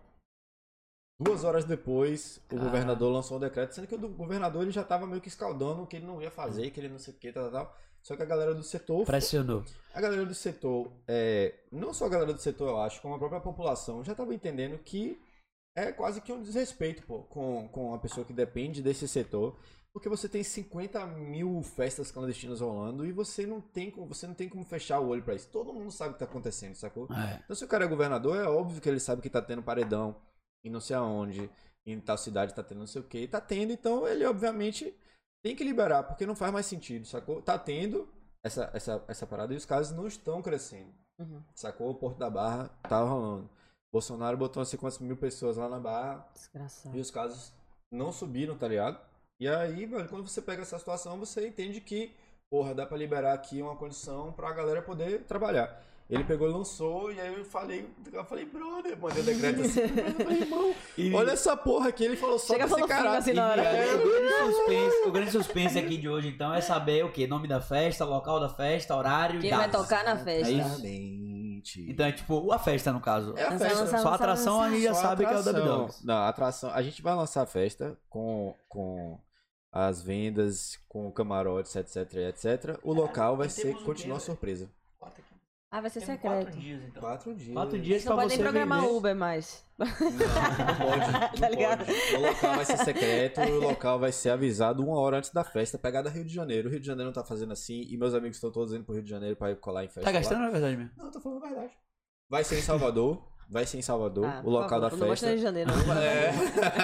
Duas horas depois, o Cara. governador lançou um decreto, sendo que o governador ele já tava meio que escaldando que ele não ia fazer, que ele não sei o que, tal, tal, tal. Só que a galera do setor... Pressionou. A galera do setor, é, não só a galera do setor, eu acho, como a própria população, já tava entendendo que é quase que um desrespeito, pô, com, com a pessoa que depende desse setor. Porque você tem cinquenta mil festas clandestinas rolando e você não tem como, você não tem como fechar o olho pra isso. Todo mundo sabe o que tá acontecendo, sacou? É. Então se o cara é governador, é óbvio que ele sabe que tá tendo paredão e não sei aonde, em tal cidade tá tendo não sei o que, e tá tendo, então ele obviamente tem que liberar, porque não faz mais sentido, sacou? Tá tendo essa, essa, essa parada e os casos não estão crescendo, Uhum. sacou? O Porto da Barra tá rolando. Bolsonaro botou não sei quantas mil pessoas lá na Barra Desgraçado. e os casos não subiram, tá ligado? E aí, velho, quando você pega essa situação, você entende que, porra, dá pra liberar aqui uma condição pra galera poder trabalhar. Ele pegou e lançou, e aí eu falei, eu falei, brother, mandei o decreto assim, eu falei, irmão, E- olha essa porra aqui, ele falou só Chega pra esse falou fino caralho. assim na hora. É, o, grande suspense, o grande suspense aqui de hoje, então, é saber o quê? Nome da festa, local da festa, horário Quem e vai datas. tocar na festa? É isso? Exatamente. Então é tipo a festa, no caso. É a Lançar, festa. lançar, Só a lançar, atração lançar. a gente já Só sabe que é o Dub atração. Dogs. Não, a atração. A gente vai lançar a festa com, com as vendas, com camarotes, etc, etcétera. O local vai e ser, temos o continua quê, surpresa. Ah, vai ser Temos secreto. quatro dias, então. Quatro dias. Quatro dias Não pra pode nem você programar vender. Uber mais. Não, não pode. Não Tá ligado? pode. O local vai ser secreto e o local vai ser avisado uma hora antes da festa. Pegada Rio de Janeiro. O Rio de Janeiro não tá fazendo assim e meus amigos estão todos indo pro Rio de Janeiro pra ir colar em festa. Tá lá. gastando, na verdade mesmo. Não, eu tô falando a verdade. Vai ser em Salvador. Vai ser em Salvador, Ah, o por local favor, da Não gosto festa. nem de janeiro. Não. É.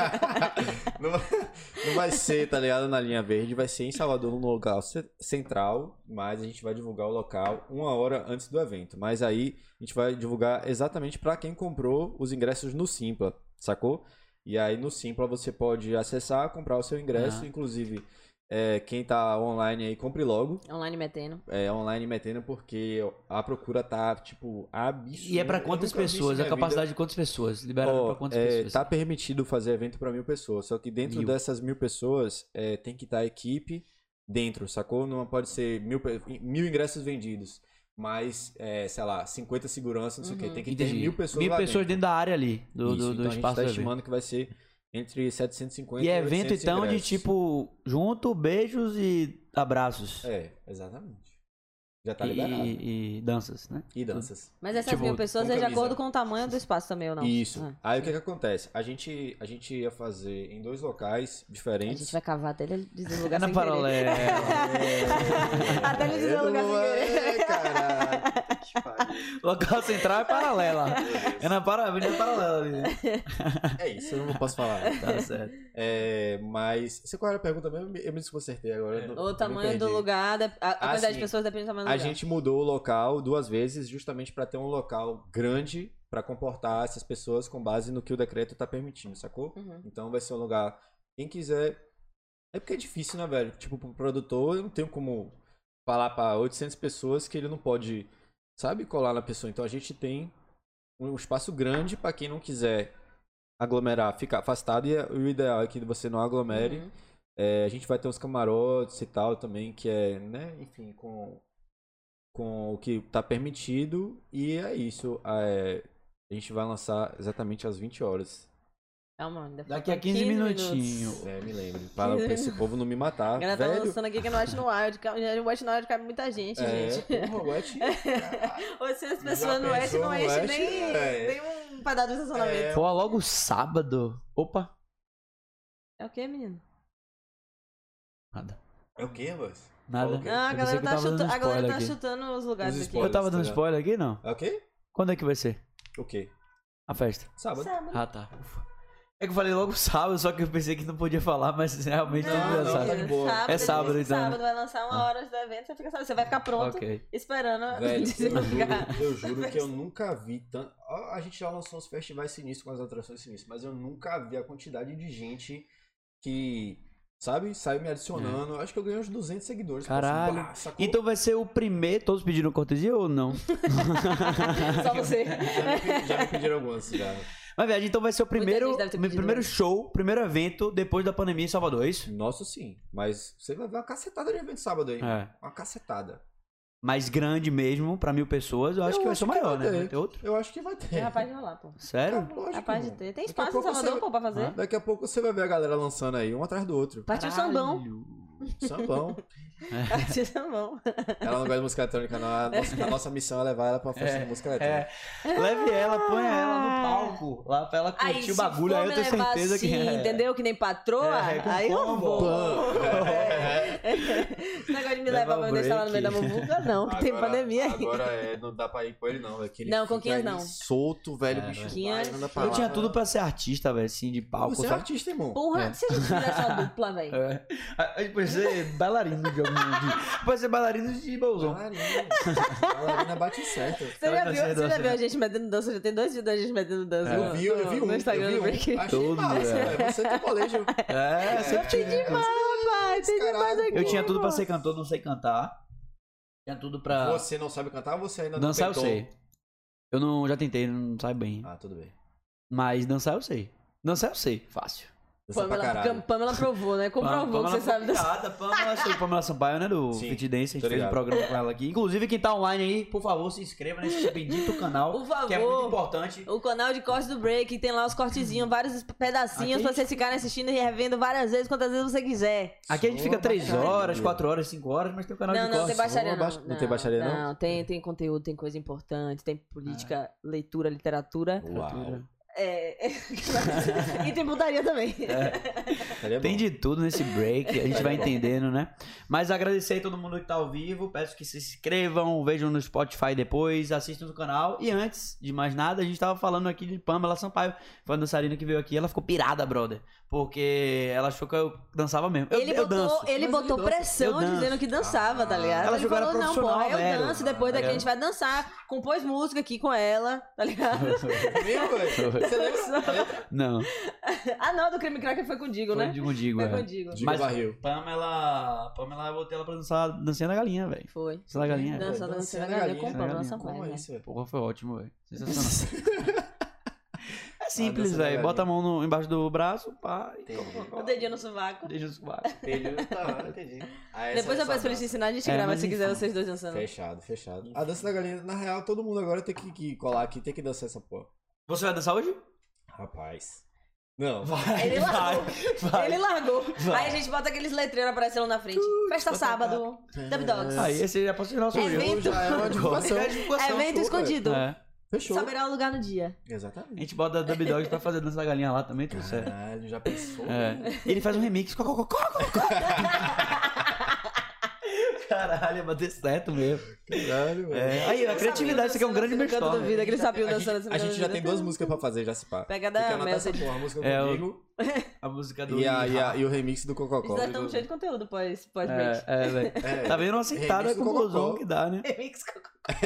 não, vai, não vai ser, tá ligado, na linha verde, vai ser em Salvador, num local ce- central, mas a gente vai divulgar o local uma hora antes do evento. Mas aí a gente vai divulgar exatamente pra quem comprou os ingressos no Simpla, sacou? E aí no Simpla você pode acessar, comprar o seu ingresso, Ah. inclusive é, quem tá online aí, compre logo. Online metendo. É, online metendo, porque a procura tá, tipo, absurda. E é pra Eu quantas nunca vi isso pessoas? na A minha capacidade vida. de quantas pessoas? Liberado Ó, pra quantas é, pessoas? tá permitido fazer evento pra mil pessoas, só que dentro Mil. dessas mil pessoas é, tem que estar a equipe dentro, sacou? Não pode ser mil, pe- mil ingressos vendidos, mas, é, sei lá, cinquenta seguranças, não sei o Uhum. que. Tem que Entendi. ter mil pessoas Mil lá pessoas dentro da área ali, do, Isso, do, do então a gente espaço tá do evento. estimando que vai ser entre setecentos e cinquenta E e é evento, oitocentos então, de ingressos. tipo, junto, beijos e abraços. É, exatamente. Já tá E- liberado. E, e danças, né? E danças. Mas essas Tipo, mil pessoas com é de camisa. acordo com o tamanho do espaço também, ou não? Isso. Ah, Aí o que que acontece? A gente, a gente ia fazer em dois locais A diferentes. gente vai cavar até ele dizer o É lugar na sem querer. paralela. Até ele dizer o lugar sem querer. É, caralho. Local central é paralela. É na para... avenida paralela ali, né? É isso, eu não posso falar. Tá certo. É, mas. Você qual era a pergunta mesmo? Eu me desconcertei agora. eu não- O eu me tamanho do perdi. lugar, a, a Ah, quantidade sim. de pessoas depende do tamanho do A lugar. gente mudou o local duas vezes, justamente para ter um local grande para comportar essas pessoas com base no que o decreto tá permitindo, sacou? Uhum. Então vai ser um lugar. Quem quiser. É porque é difícil, né, velho? Tipo, pro produtor, eu não tenho como falar pra oitocentas pessoas que ele não pode, sabe, colar na pessoa. Então a gente tem um espaço grande pra quem não quiser aglomerar, ficar afastado. E o ideal é que você não aglomere. Uhum. É, a gente vai ter uns camarotes e tal também, que é, né, enfim, com, com o que tá permitido. E é isso. É, a gente vai lançar exatamente às vinte horas. Calma, ainda Daqui a faltam quinze minutos. minutinhos. É, me lembro. Para pra esse povo não me A matar. galera tá Velho, lançando aqui que é no Watch no Wild. No Watch no Wild cabe muita gente, é, gente. porra, o Wet, caralho. oitocentas Já pessoas no Watch pensou não no enche West? nem, É. nem um pedaço do estacionamento. É. Pô, logo sábado. Opa. É o que, menino? Nada. É o quê, voz? Nada. Ok. Ah, a Eu pensei galera que tá, tava dando chuta... a galera spoiler tá aqui. chutando os lugares Os aqui. Eu tava dando Tá ligado? spoiler aqui, não? É o quê? Quando é que vai ser? O quê? A festa. Sábado. Sábado. Ah, tá. Ufa. É que eu falei logo sábado, só que eu pensei que não podia falar, mas realmente Não, tem não, que tá pensar. de boa. Sábado, É sábado, ele disse que então. Sábado vai lançar uma hora antes do evento, você fica sabendo. Você vai ficar pronto, Ok. esperando Velho, eu divulgar. juro, eu juro que eu nunca vi tanto. Ó, a gente já lançou uns festivais sinistros com as atrações sinistras, mas eu nunca vi a quantidade de gente que, sabe, saiu me adicionando. Acho que eu ganhei uns duzentos seguidores. tipo assim, Caralho. bah, sacou? Então vai ser o primeiro. Todos pediram cortesia ou não? Só você. Já me, pe- já me pediram algumas já. Mas, velho, então vai ser o primeiro, gente deve ter pedido primeiro antes. show, primeiro evento depois da pandemia em Salvador, é isso? Nossa, sim. Mas você vai ver uma cacetada de evento sábado aí. É. Uma cacetada. mais grande mesmo, pra mil pessoas, eu acho Eu que vai acho ser que maior, vai né? ter. Vai ter outro? Eu acho que vai É ter. capaz de rolar, pô. Sério? Lógico, Capaz de irmão. ter. Tem Daqui a espaço em pouco Salvador, você- pô, pra fazer. Daqui a pouco você vai ver a galera lançando aí, um atrás do outro. Partiu o sambão. Sambão. Partiu o sambão. Ela não gosta de música eletrônica, não. A nossa, a nossa missão é levar ela pra festa É, de música eletrônica. É, leve ela, põe ela no palco, lá pra ela Aí, curtir o se bagulho, for aí eu me tenho levar certeza assim, que é. entendeu? Que nem patroa, É, com aí eu combo. vou. É. Esse negócio de me Leva levar pra me deixar lá no meio da break. muvuca, não, que tem Agora- pandemia aí. Agora é, não dá pra ir com ele, não. É que ele Não, com fica Quinhas aí não. solto, velho, É, bicho. Quinhas- vai, anda pra Eu lá, tinha vai tudo lá. pra ser artista, velho, assim, de palco, Você é sabe? artista, irmão. Porra, É. se a gente fizesse uma dupla, velho. É. A gente pode ser bailarino de algum dia. Pode ser bailarino de bolsão. Bailarina. Bailarina bate certo. Você já Ela viu, vai ser você já doce, viu né? a gente metendo dança? Já tem dois vídeos da gente metendo dança. É. no- Eu vi, eu vi no um. Instagram eu vi do um. Break. Achei Todos, massa, é. velho. Você tem molejo. É, sempre tem tive. Demais, pai, tem demais Caralho, aqui. Eu tinha tudo pra pô. ser cantor, não sei cantar. Tinha tudo pra. Você não sabe cantar ou você ainda não Dançar eu tentou? sei. Eu não, já tentei, não sai bem. Ah, tudo bem. Mas dançar eu sei. Dançar eu sei, fácil. Dança pra Pamela, caralho. Pamela provou, né? Comprovou que Pamela você sabe dançar. Picada, Pamela, sou Pamela Sampaio, né? Do Sim, Fit Dance. A gente tô fez um ligado. programa com ela aqui. Inclusive, quem tá online aí, por favor, se inscreva nesse bendito canal. Por favor. Que é muito importante. O canal de cortes do Break tem lá os cortezinhos, vários pedacinhos Aqui- pra vocês ficarem assistindo e revendo várias vezes, quantas vezes você quiser. Aqui a gente fica Só três baixaria. horas, quatro horas, cinco horas, mas tem o canal Não, de não, tem cortes. baixaria Só não. baixa- não tem baixaria, não? Não, tem, tem conteúdo, tem coisa importante, tem política, leitura, literatura. Uau. É... e tem putaria também. Seria Tem bom. de tudo nesse break, a gente vai entendendo, né? Mas agradecer aí todo mundo que tá ao vivo, peço que se inscrevam, vejam no Spotify depois, assistam no canal. E antes de mais nada, a gente tava falando aqui de Pamela Sampaio, foi uma dançarina que veio aqui, ela ficou pirada, brother, porque ela achou que eu dançava mesmo. Eu, Ele eu botou, danço. ele Mas botou ele dança. pressão Eu danço. dizendo que dançava, tá ligado? Ela ele jogou, era falou, não, profissional, porra, eu velho. danço, depois daqui Tá a gente vai dançar. Compôs música aqui com ela, tá ligado? Comigo, velho? Você lembra? Não, ah, não, do Crime Cracker foi contigo, foi né? de contigo, Foi é. contigo. Diga Mas- barril. Pamela, Pamela, eu botei ela pra dançar dancinha da galinha, velho. Foi. Dança da galinha. Dança, Velho, dança, dancinha da da galinha com galinha, Pamela galinha. Sampaio. Como é né? isso, velho? Porra, foi ótimo, velho. Sensacional. É simples, dança da velho. Bota a galinha. mão no, embaixo do braço, pá. E O dedinho no sovaco. deixa os quatro. Entendi. Tá, entendi. Ah, essa- Depois eu essa peço pra ele te dança. ensinar, a gente É, grava mas se quiser enfim. vocês dois dançando. Fechado, fechado. A dança da galinha, na real, todo mundo agora tem que, que colar aqui, tem que dançar essa porra. Você vai dançar hoje? Rapaz. Não. Vai, Ele largou. vai. Ele largou. Vai. Aí a gente bota aqueles letreiros aparecendo na frente. Festa sábado. Dub Dogs. Aí, esse já pode ser nosso hoje. Evento. Já é uma divulgação. É divulgação. Evento show, escondido. É. Fechou. Saberá o lugar no dia. A Exatamente. gente bota Dub Dogs pra fazer dança da galinha lá também, tudo certo. Caralho, já pensou? É. E ele faz um remix. Co- co- co- co- co- Caralho, ia bater certo mesmo. Caralho, velho. É. Aí, a criatividade, isso aqui é um grande Canto da brainstorm. vida, aquele sapinho A dançando gente, assim. a gente já tem duas músicas pra fazer, já se pá. Pega Tem que da anotar essa Melted. porra, a música É, o- comigo A música do... e, a, e, a- Ih, e o remix do Coca-Cola. Já estamos cheios de conteúdo pós- pós-break. É, é, velho. É. Tá vendo uma sentada Remix do com o bozão Coca-Cola. que dá, né? Remix com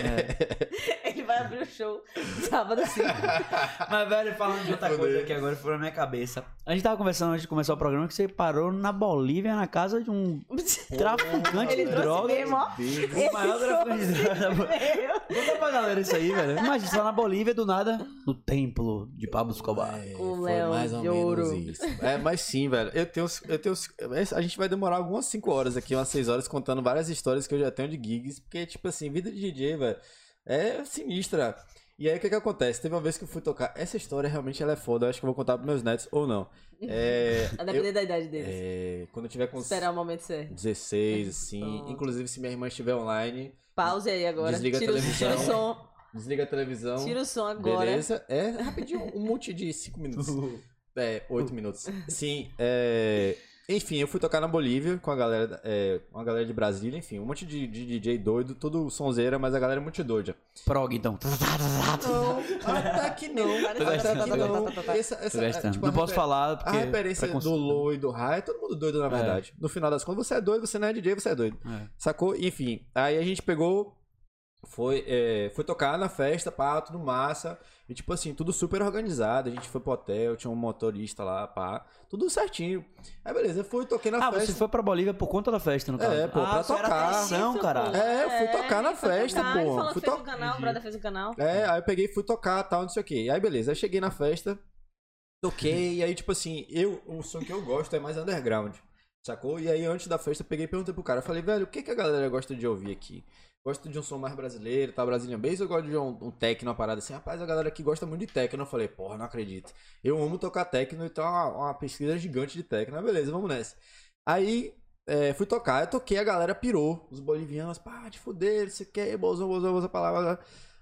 É. Ele vai abrir o show sábado assim. Mas, velho, falando de outra Foder. coisa que agora foi na minha cabeça. A gente tava conversando antes de começar o programa que você parou na Bolívia, na casa de um traficante Ele de trouxe drogas. mesmo, ó. O maior traficante de drogas. da Bolívia. Conta pra galera isso aí, velho. Imagina, você tá na Bolívia, do nada, no templo de Pablo Escobar. É, Com foi leão mais ou de menos ouro. isso. É, mas sim, velho. Eu tenho, eu tenho. A gente vai demorar algumas cinco horas aqui, umas seis horas, contando várias histórias que eu já tenho de gigs. Porque, tipo assim, vida de D J, velho, é sinistra. E aí, o que que acontece? Teve uma vez que eu fui tocar. Essa história realmente ela é foda. Eu acho que eu vou contar pros meus netos ou não. É. A depender eu- da idade deles. é, quando eu tiver com uns Esperar o momento certo. dezesseis, assim. Pronto. Inclusive, se minha irmã estiver online, Pause aí agora. Desliga a tira, o- televisão. tira o som. desliga a televisão. Tira o som agora. Beleza? É rapidinho, um monte de cinco minutos. É, oito minutos. Sim, é... Enfim, eu fui tocar na Bolívia com a galera, da- é, uma galera de Brasília, enfim, um monte de, de D J doido, tudo sonzeira, mas a galera é muito doida. Prog, então. Não, até que não. Tô Até gostando, que tô não. gostando. Essa, essa, Tô gostando. tipo, Não a posso refer- falar A porque... referência do preconceito. Low e do High é todo mundo doido, na verdade. No final das contas, você é doido, você não é D J, você é doido. É. Sacou? Enfim, aí a gente pegou, foi, é, foi tocar na festa, pá, tudo massa. E tipo assim, tudo super organizado. A gente foi pro hotel, tinha um motorista lá, pá, tudo certinho. Aí beleza, eu fui, toquei na Ah, festa. você foi pra Bolívia por conta da festa, no caso? É, pô, ah, pra só era tocar. atração, Isso, caralho. pô. É, eu fui tocar na foi festa, tocar. pô. Ele falou que Fui fez to- um canal, o brother fez um canal. É, aí eu peguei e fui tocar, tal, não sei o que. Aí beleza, aí cheguei na festa, toquei, e aí tipo assim, eu, o som que eu gosto é mais underground, sacou? E aí antes da festa eu peguei e perguntei pro cara, eu falei, velho, o que que a galera gosta de ouvir aqui? Gosto de um som mais brasileiro, tá? Brazilian Bass, eu gosto de um, um techno, uma parada assim. Rapaz, a galera aqui gosta muito de techno. Eu falei, porra, não acredito. Eu amo tocar techno, então é uma, uma pesquisa gigante de techno. Mas beleza, vamos nessa. Aí, é, fui tocar, eu toquei, a galera pirou. Os bolivianos, pá, de fuder, você quer, bolsão, bolsão, bolsão, palavra.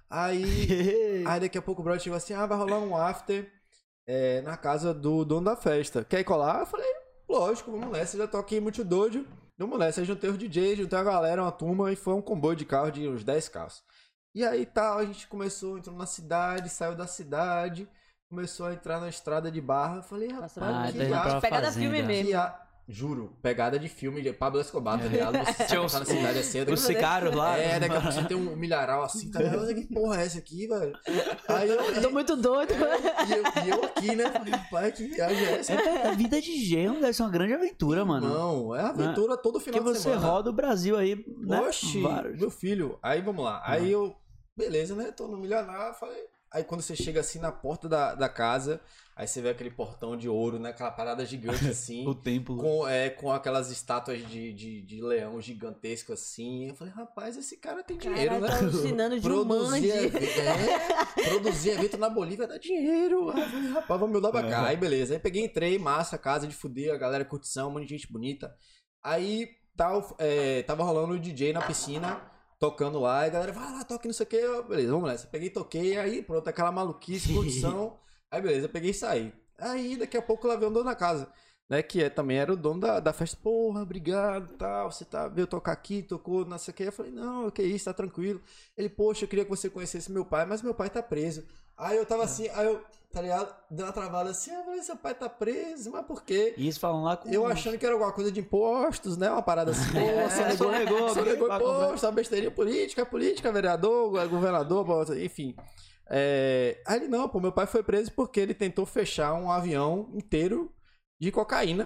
Aí, aí daqui a pouco o brother chegou assim, ah, vai rolar um after é, na casa do dono da festa. Quer ir colar? Eu falei, lógico, vamos nessa, já tô aqui muito doido. Vamos nessa, aí juntei os D Js, juntei a galera, uma turma, e foi um comboio de carro de uns dez carros. E aí tal, a gente começou, entrou na cidade, saiu da cidade, começou a entrar na estrada de Barra. Eu falei, rapaz, Ah, que tá indo a- pra Pegada fazenda. filme mesmo. que a- Juro, pegada de filme de Pablo Escobar, tá ligado? Você Tinha tá na cidade assim, daqui a Os pouco- sicários lá. É, daqui a pouco você tem um milharal assim, tá ligado? Olha que porra é essa aqui, velho? Aí eu, Eu tô muito doido. e eu, e eu aqui, né? Falei, rapaz, que viagem é essa? A vida de genro deve ser uma grande aventura, mano. Não, é aventura todo final Porque de você semana. roda o Brasil aí, né? Oxi, Vários. meu filho. Aí vamos lá. Ah. Aí eu, beleza, né? Tô no milionário, falei. Aí quando você chega assim na porta da, da casa, aí você vê aquele portão de ouro, né? Aquela parada gigante assim. O templo. com, é, com aquelas estátuas de, de, de leão gigantesco assim. Eu falei, rapaz, esse cara tem dinheiro, Caralho, né? tá alucinando de Produzir humande. evento, é, produzir evento na Bolívia dá dinheiro. Aí eu falei, rapaz, vamos me dar pra cá. Aí beleza. Aí peguei, entrei, massa, casa de fuder, a galera curtição, um monte de gente bonita. Aí tal, é, tava rolando o D J na piscina, tocando lá, e a galera, vai lá, toque, não sei o que. Eu, beleza, vamos nessa. Peguei, toquei, aí pronto, aquela maluquice, curtição. Aí beleza, eu peguei e saí. Aí daqui a pouco lá veio o dono da casa, né? Que é, também era o dono da, da festa. Porra, obrigado, tal. Você tá, veio tocar aqui, tocou, não sei o que. Eu falei, não, que isso, tá tranquilo. Ele, poxa, eu queria que você conhecesse meu pai, mas meu pai tá preso. Aí eu tava assim, aí eu, tá ligado? Deu uma travada assim, eu falei, seu pai tá preso, mas por quê? E isso falam lá com... Eu achando que era alguma coisa de impostos, né? Uma parada assim, pô, você É, negou, só negou, você alguém negou vai comprar. imposto, uma besteirinha política, política, vereador, governador, enfim. É... Aí ele, não, pô, meu pai foi preso porque ele tentou fechar um avião inteiro de cocaína.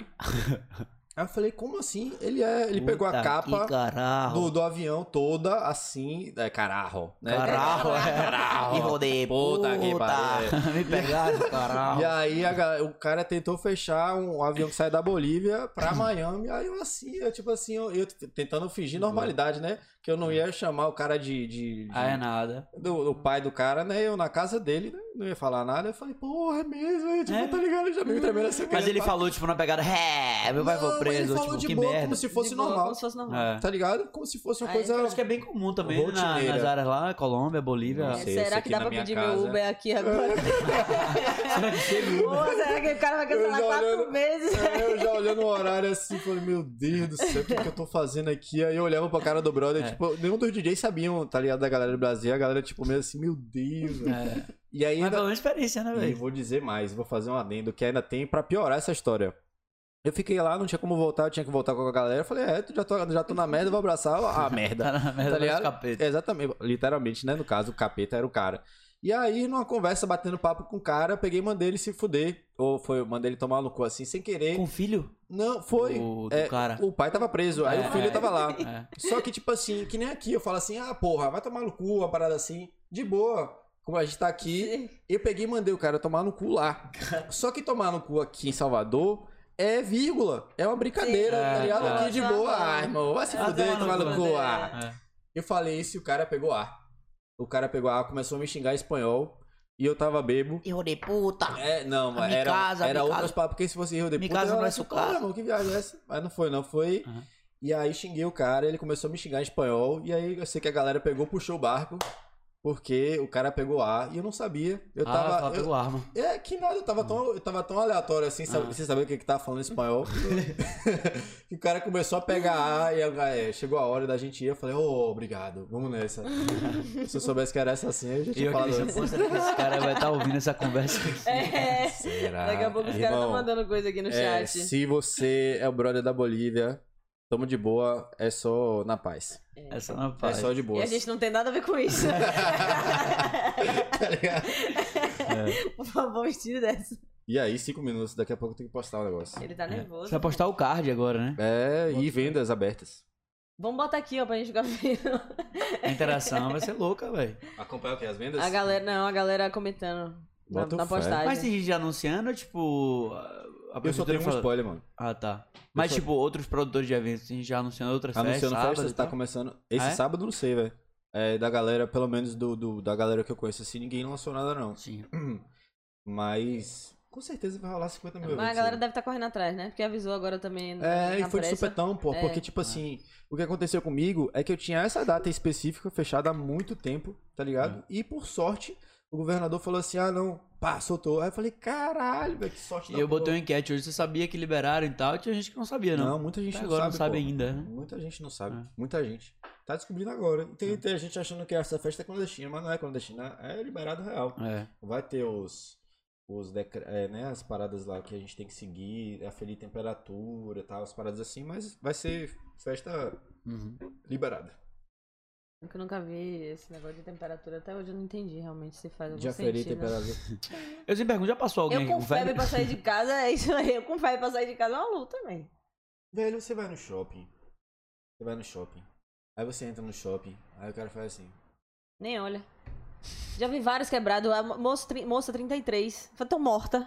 Aí eu falei, como assim? Ele é, ele pegou a Puta capa que caralho. do, do avião toda assim, é, caralho, né? Caralho, é. Caralho. Hijo de Puta puta. que pariu. Me pegaram, caralho. E aí a ga- o cara tentou fechar um avião que sai da Bolívia pra Miami. Aí eu assim, eu tipo assim, eu, eu tentando fingir normalidade, né? Que eu não ia chamar o cara de. de, de- Ah, é nada. do, do pai do cara, né? Eu na casa dele, né? Não ia falar nada. Eu falei, porra, é mesmo? Eu, tipo, É. tá ligado? Eu já me tremendo assim. Mas ele pá. falou, tipo, na pegada, é, meu pai Não, foi mas preso, ele falou tipo, de que boa, merda. como se fosse De boa, normal. Como se fosse normal. É. Tá ligado? Como se fosse uma É, coisa. Eu acho que é bem comum também na- rotineira. nas áreas lá, Colômbia, Bolívia. Não É, sei, será esse que aqui dá na pra minha pedir casa. meu Uber aqui agora? Pô, será que o cara vai cancelar Eu já quatro olhando- meses? É, eu já olhando o horário assim, falei, meu Deus do céu, o que, que eu tô fazendo aqui? Aí eu olhava pra cara do brother, É. tipo, nenhum dos D Js sabiam, tá ligado, da galera do Brasil, a galera, tipo, meio assim, meu Deus, velho. É. E aí Mas ainda. pelo menos experiência, né, E velho? vou dizer mais, vou fazer um adendo que ainda tem pra piorar essa história. Eu fiquei lá, não tinha como voltar, eu tinha que voltar com a galera. Eu falei, é, tu já tô, já tô na merda, vou abraçar a merda. Tá na merda Tá dos ligado? capeta. Exatamente, literalmente, né? No caso, o capeta era o cara. E aí, numa conversa, batendo papo com o cara, eu peguei e mandei ele se fuder. Ou foi, eu mandei ele tomar no cu assim, sem querer. Com o filho Não, foi. do, do É, cara. O pai tava preso, aí É, o filho é. tava lá. É. Só que, tipo assim, que nem aqui, eu falo assim, ah, porra, vai tomar no cu, uma parada assim, de boa. Como a gente tá aqui, eu peguei e mandei o cara tomar no cu lá. Só que tomar no cu aqui em Salvador é vírgula. É uma brincadeira, Sim. tá ligado? É, Aqui de é. boa. Ah, irmão, vai se Ah, fuder, tomar no tomar no cu, cu. né? Ah. É. Eu falei isso e o cara pegou ar. O cara pegou ar, começou a me xingar em espanhol. E eu tava bebo. Hijo de puta. É, não, A mas mi era, casa, a era mi outras casa. papos, porque se fosse erro de Mi puta, casa eu não ia é sua falar, "Porra, casa." irmão, que viagem é essa? Mas não foi, não, foi. Uhum. E aí xinguei o cara, ele começou a me xingar em espanhol. E aí eu sei que a galera pegou, puxou o barco. Porque o cara pegou ar e eu não sabia. Eu Ah, tava. fala eu- pelo arma. É, que nada, eu tava tão, eu tava tão aleatório assim, sabe, Ah. sem saber o que que tava falando em espanhol. Que o cara começou a pegar ar e é, chegou a hora da gente ir. Eu falei, ô, obrigado, vamos nessa. Se eu soubesse que era essa assim, eu já E tinha eu falado que antes. deixo, pô, será que esse cara vai estar ouvindo essa conversa aqui? É. Será? Daqui a pouco os caras Irmão, estão mandando coisa aqui no é, chat. se você é o brother da Bolívia, tamo de boa, é só na paz. Essa não É faz. só de E boa. a gente não tem nada a ver com isso. Tá ligado? Por favor, me tire dessa. E aí, cinco minutos, daqui a pouco eu tenho que postar o negócio. Ele tá nervoso. Você vai postar o card agora, né? É, e vendas abertas. Vamos botar aqui, ó, pra gente ficar vendo. A interação vai ser louca, velho. Acompanha o que? As vendas? A galera, não, a galera comentando na, Bota na fé. postagem. Mas tem gente já anunciando, tipo... A Eu só prefeitura tenho um fala- spoiler, mano. Ah, tá. Mas, só- tipo, outros produtores de eventos, tem gente já anunciando outras festas, Anunciando sábado festas, e tá tal. começando. Esse Ah, é? sábado, não sei, velho. é, da galera, pelo menos do, do, da galera que eu conheço assim, ninguém lançou nada não. Sim. Mas com certeza vai rolar cinquenta mil Mas a eventos galera aí. deve estar correndo atrás, né? Porque avisou agora também. É, na e foi de pressa. supetão, pô. É. Porque, tipo assim, o que aconteceu comigo é que eu tinha essa data específica fechada há muito tempo, tá ligado? Hum. E por sorte, o governador falou assim: ah, não, pá, soltou. Aí eu falei: caralho, velho, que sorte E da eu botei porra. uma enquete hoje, você sabia que liberaram e tal? Tinha gente que não sabia, não. Não, muita gente Até não agora sabe. não sabe pô. ainda, né? Muita gente não sabe. É. Muita gente. Tá descobrindo agora. E tem, tem gente achando que essa festa é clandestina, mas não é clandestina, é liberado real. É. Vai ter os. Os decre... é, né, as paradas lá que a gente tem que seguir, aferir temperatura e tal, as paradas assim, mas vai ser festa Uhum. liberada. Eu nunca vi esse negócio de temperatura. Até hoje eu não entendi realmente se faz algum De aferir sentido. temperatura. Eu sempre pergunto, já passou alguém Eu aqui com com febre febre? pra sair de casa, é isso aí. Eu com febre pra sair de casa é uma luta também. Velho, você vai no shopping. Você vai no shopping. Aí você entra no shopping. Aí o cara faz assim. Nem olha. Já vi vários quebrados. A mo- Moça, tri- moça trinta e três. Falei, tô morta.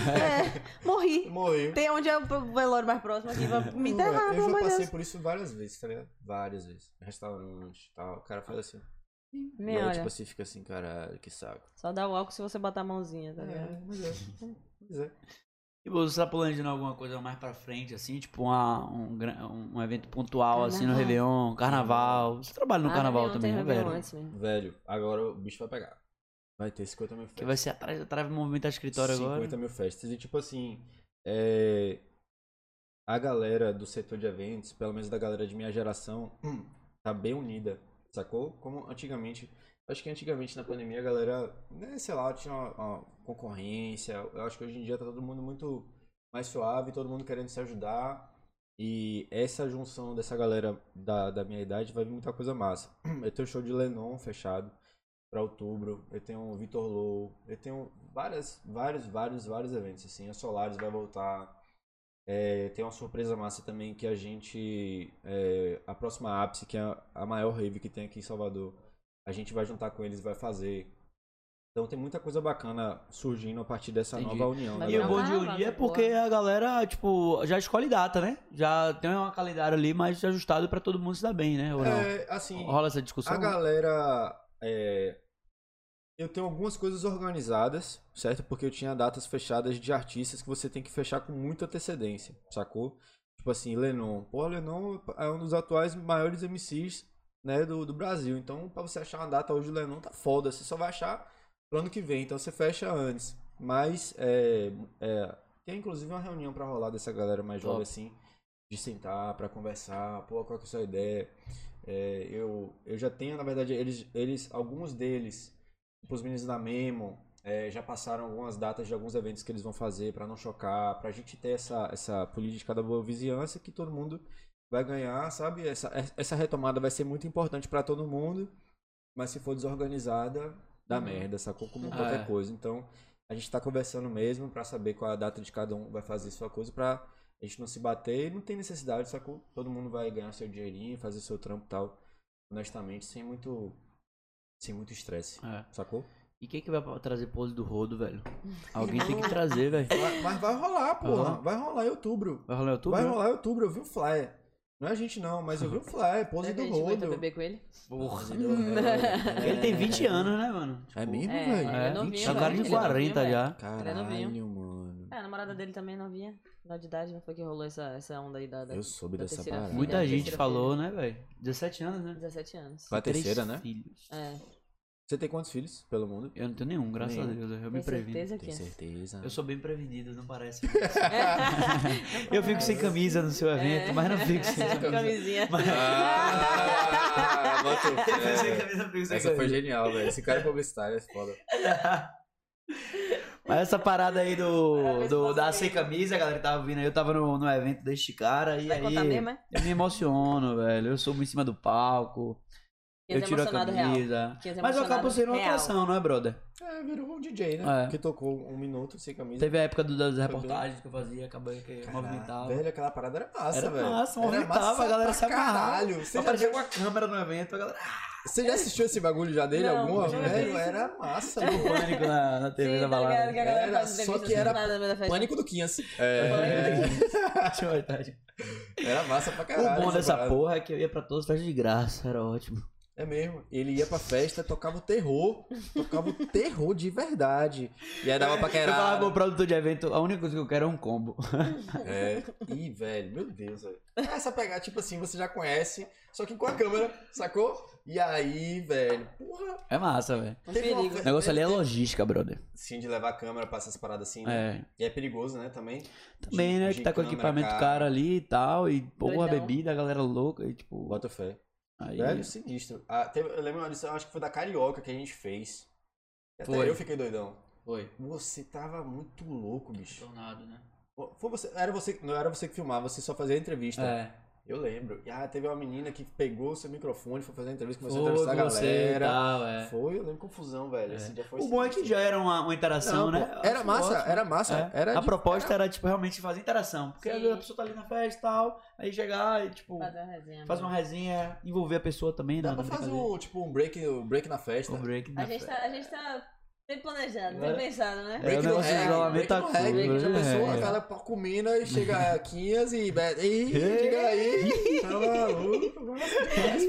É, morri. Morreu. Tem onde é o velório mais próximo aqui pra me enterrar, eu pelo já amor de passei Deus. por isso várias vezes, tá ligado? Várias vezes. Restaurante e tal. O cara faz assim. Nem e aí, olha. tipo assim, fica assim, caralho, que saco. Só dá o álcool se você botar a mãozinha, tá ligado? É, mas é. Mas é. E você tá planejando alguma coisa mais pra frente, assim? Tipo uma, um, gran- um evento pontual, assim, no Carnaval. Réveillon, Carnaval. Você trabalha no Ah, Carnaval Réveillon, também, tem né, Réveillon velho? antes mesmo. Velho, agora o bicho vai pegar. Vai ter cinquenta mil festas. Que vai ser atrás, atrás do movimentar escritório agora. cinquenta mil festas. E tipo assim, é... a galera do setor de eventos, pelo menos da galera de minha geração, tá bem unida, sacou? Como antigamente, acho que antigamente na pandemia a galera, né, sei lá, tinha uma, uma concorrência. Eu acho que hoje em dia tá todo mundo muito mais suave, todo mundo querendo se ajudar. E essa junção dessa galera da, da minha idade vai vir muita coisa massa. Eu tenho o show de Lennon fechado para outubro, eu tenho o Vitor Low, eu tenho várias, vários, vários, vários eventos, assim, a Solaris vai voltar, é, tem uma surpresa massa também que a gente, é, a próxima Ápice, que é a, a maior rave que tem aqui em Salvador, a gente vai juntar com eles e vai fazer. Então tem muita coisa bacana surgindo a partir dessa Entendi. nova união. Mas da E o não bom galera. de Carnaval, unir é essa porque porra. a galera, tipo, já escolhe data, né? Já tem um calendário ali mais ajustado pra todo mundo se dar bem, né? Ou não? É, assim, Rola essa discussão? a galera. é, eu tenho algumas coisas organizadas, certo? Porque eu tinha datas fechadas de artistas que você tem que fechar com muita antecedência, sacou? Tipo assim, Lennon. Pô, Lennon é um dos atuais maiores M Cs, né, do, do Brasil. Então, pra você achar uma data hoje do Lennon, tá foda. Você só vai achar pro ano que vem. Então, você fecha antes. Mas, é, é, tem inclusive uma reunião pra rolar dessa galera mais Top. jovem, assim, de sentar pra conversar. Pô, qual que é a sua ideia? É, eu, eu já tenho, na verdade, eles, eles alguns deles, tipo os meninos da Memo, é, já passaram algumas datas de alguns eventos que eles vão fazer pra não chocar, pra gente ter essa, essa política da boa vizinhança que todo mundo vai ganhar, sabe? Essa, essa retomada vai ser muito importante pra todo mundo, mas se for desorganizada, dá Uhum. merda, sacou? Como É. qualquer coisa. Então, a gente tá conversando mesmo pra saber qual a data de cada um vai fazer sua coisa pra a gente não se bater e não tem necessidade, sacou? Todo mundo vai ganhar seu dinheirinho, fazer seu trampo e tal, honestamente, sem muito sem muito estresse, É. sacou? E quem que vai pra- trazer pose do rodo, velho? Alguém tem que trazer, velho. Vai- mas vai rolar, porra. rolar? Vai rolar em outubro. Vai rolar em outubro? Vai rolar em outubro, eu vi o flyer. Não é a gente não, mas eu vi o flyer, pose Será que do a gente aguenta rodo. beber com ele? Porra. Pose do rodo. É. Ele tem vinte anos, né, mano? É mesmo, É, velho? ele É, é novinho, tá um cara de velho. Ele é quarenta novinho, já. Ele é novinho. Caralho, mano. É, a namorada dele também é novinha. Na de idade, não foi que rolou essa, essa onda aí da, da Eu soube da dessa terceira parada. filha, Muita da gente terceira falou, filha. né, velho? dezessete anos, né? dezessete anos. Vai a Três terceira, né? filhos. É. Você tem quantos filhos pelo mundo? Eu não tenho nenhum, graças Nenhum. a Deus. Eu me Tem previno. certeza Tem que é. certeza. Eu sou bem prevenido, não parece. Eu fico sem camisa no seu evento, É. mas não fico sem camisa. Camisinha. Ah, bota o Eu fico sem fé. camisa, eu fico sem Essa foi camisa. genial, velho. Esse cara é publicitário, é foda. Mas essa parada aí do, do da sem camisa, a galera que tava vindo aí, eu tava no, no evento deste cara e Vai aí contar mesmo, é? eu me emociono, velho. Eu subo em cima do palco, eu quinhentos tiro a emocionado real. camisa. quinhentos Mas eu acabo emocionado sendo uma real. atração, não é, brother? É, virou um D J, né? É. Que tocou um minuto sem camisa. Teve a época do- das bem. reportagens que eu fazia, acabou que Caralho, movimentava. velho, aquela parada era massa, Era velho. massa, Era movimentava, massa a galera pra se amarrava. caralho. Você Eu já, aparecia com a câmera no evento, a galera. você já assistiu esse bagulho já dele? Não, alguma? nunca vi Velho, isso. era massa, Tipo mano. pânico na, na T V Sim, da tá ligado, balada. que a galera Era, faz só entrevista que era sentada no meio da festa. Pânico do Quinhas. É, Tinha vontade. era massa pra O caralho. bom essa dessa parada. porra é que eu ia pra todas as festas de graça, era ótimo. É mesmo. Ele ia pra festa, tocava o terror. Tocava o terror de verdade. E aí dava pra Eu falava querer. pro produtor de evento, a única coisa que eu quero é um combo. É. Ih, velho, meu Deus, velho. Essa pegar, tipo assim, você já conhece, só que com a câmera, sacou? E aí, velho, porra. É massa, velho. Um Teve uma perigo. O festa- negócio ali é logística, brother. Sim, de levar a câmera pra essas paradas assim, né? É. E é perigoso, né, também. Também, De- né? de Que tá com câmera, equipamento cara. caro ali e tal. E porra, Doidão. bebida, a galera louca. E tipo. Bota fé. Aí. Velho, sinistro. Ah, teve, eu lembro uma edição, acho que foi da Carioca que a gente fez. Até Foi. eu fiquei doidão. Foi. Você tava muito louco, bicho. Tornado, né? Foi você, era você, não era você que filmava, você só fazia a entrevista. É. Eu lembro. E ah, teve uma menina que pegou o seu microfone, foi fazer a entrevista, Foi começou a entrevistar a você e galera. tal, é. Foi, eu lembro confusão, velho. Esse dia foi O bom é que sinistro. já era uma, uma interação, Não, né? pô, era Acho massa, ótimo. era massa. É. Era a de- proposta era- era, tipo, realmente fazer interação. Porque às Sim. vezes a pessoa tá ali na festa e tal, aí chegar e, tipo, Fazer uma resenha. faz uma resenha, envolver a pessoa também, né? Dá pra na fazer brincadeira. um, tipo, um break, um break na festa. Um break na A gente, festa. tá, a gente tá bem planejado, bem Agora- pensado, né? É, o Break no negócio de reggae, isolamento break tá no cool, reggae. break Já no pensou, reggae. a galera porco mina e chega a Quinhas e... be- Ih, diga aí. Tá maluco? Nossa, demais,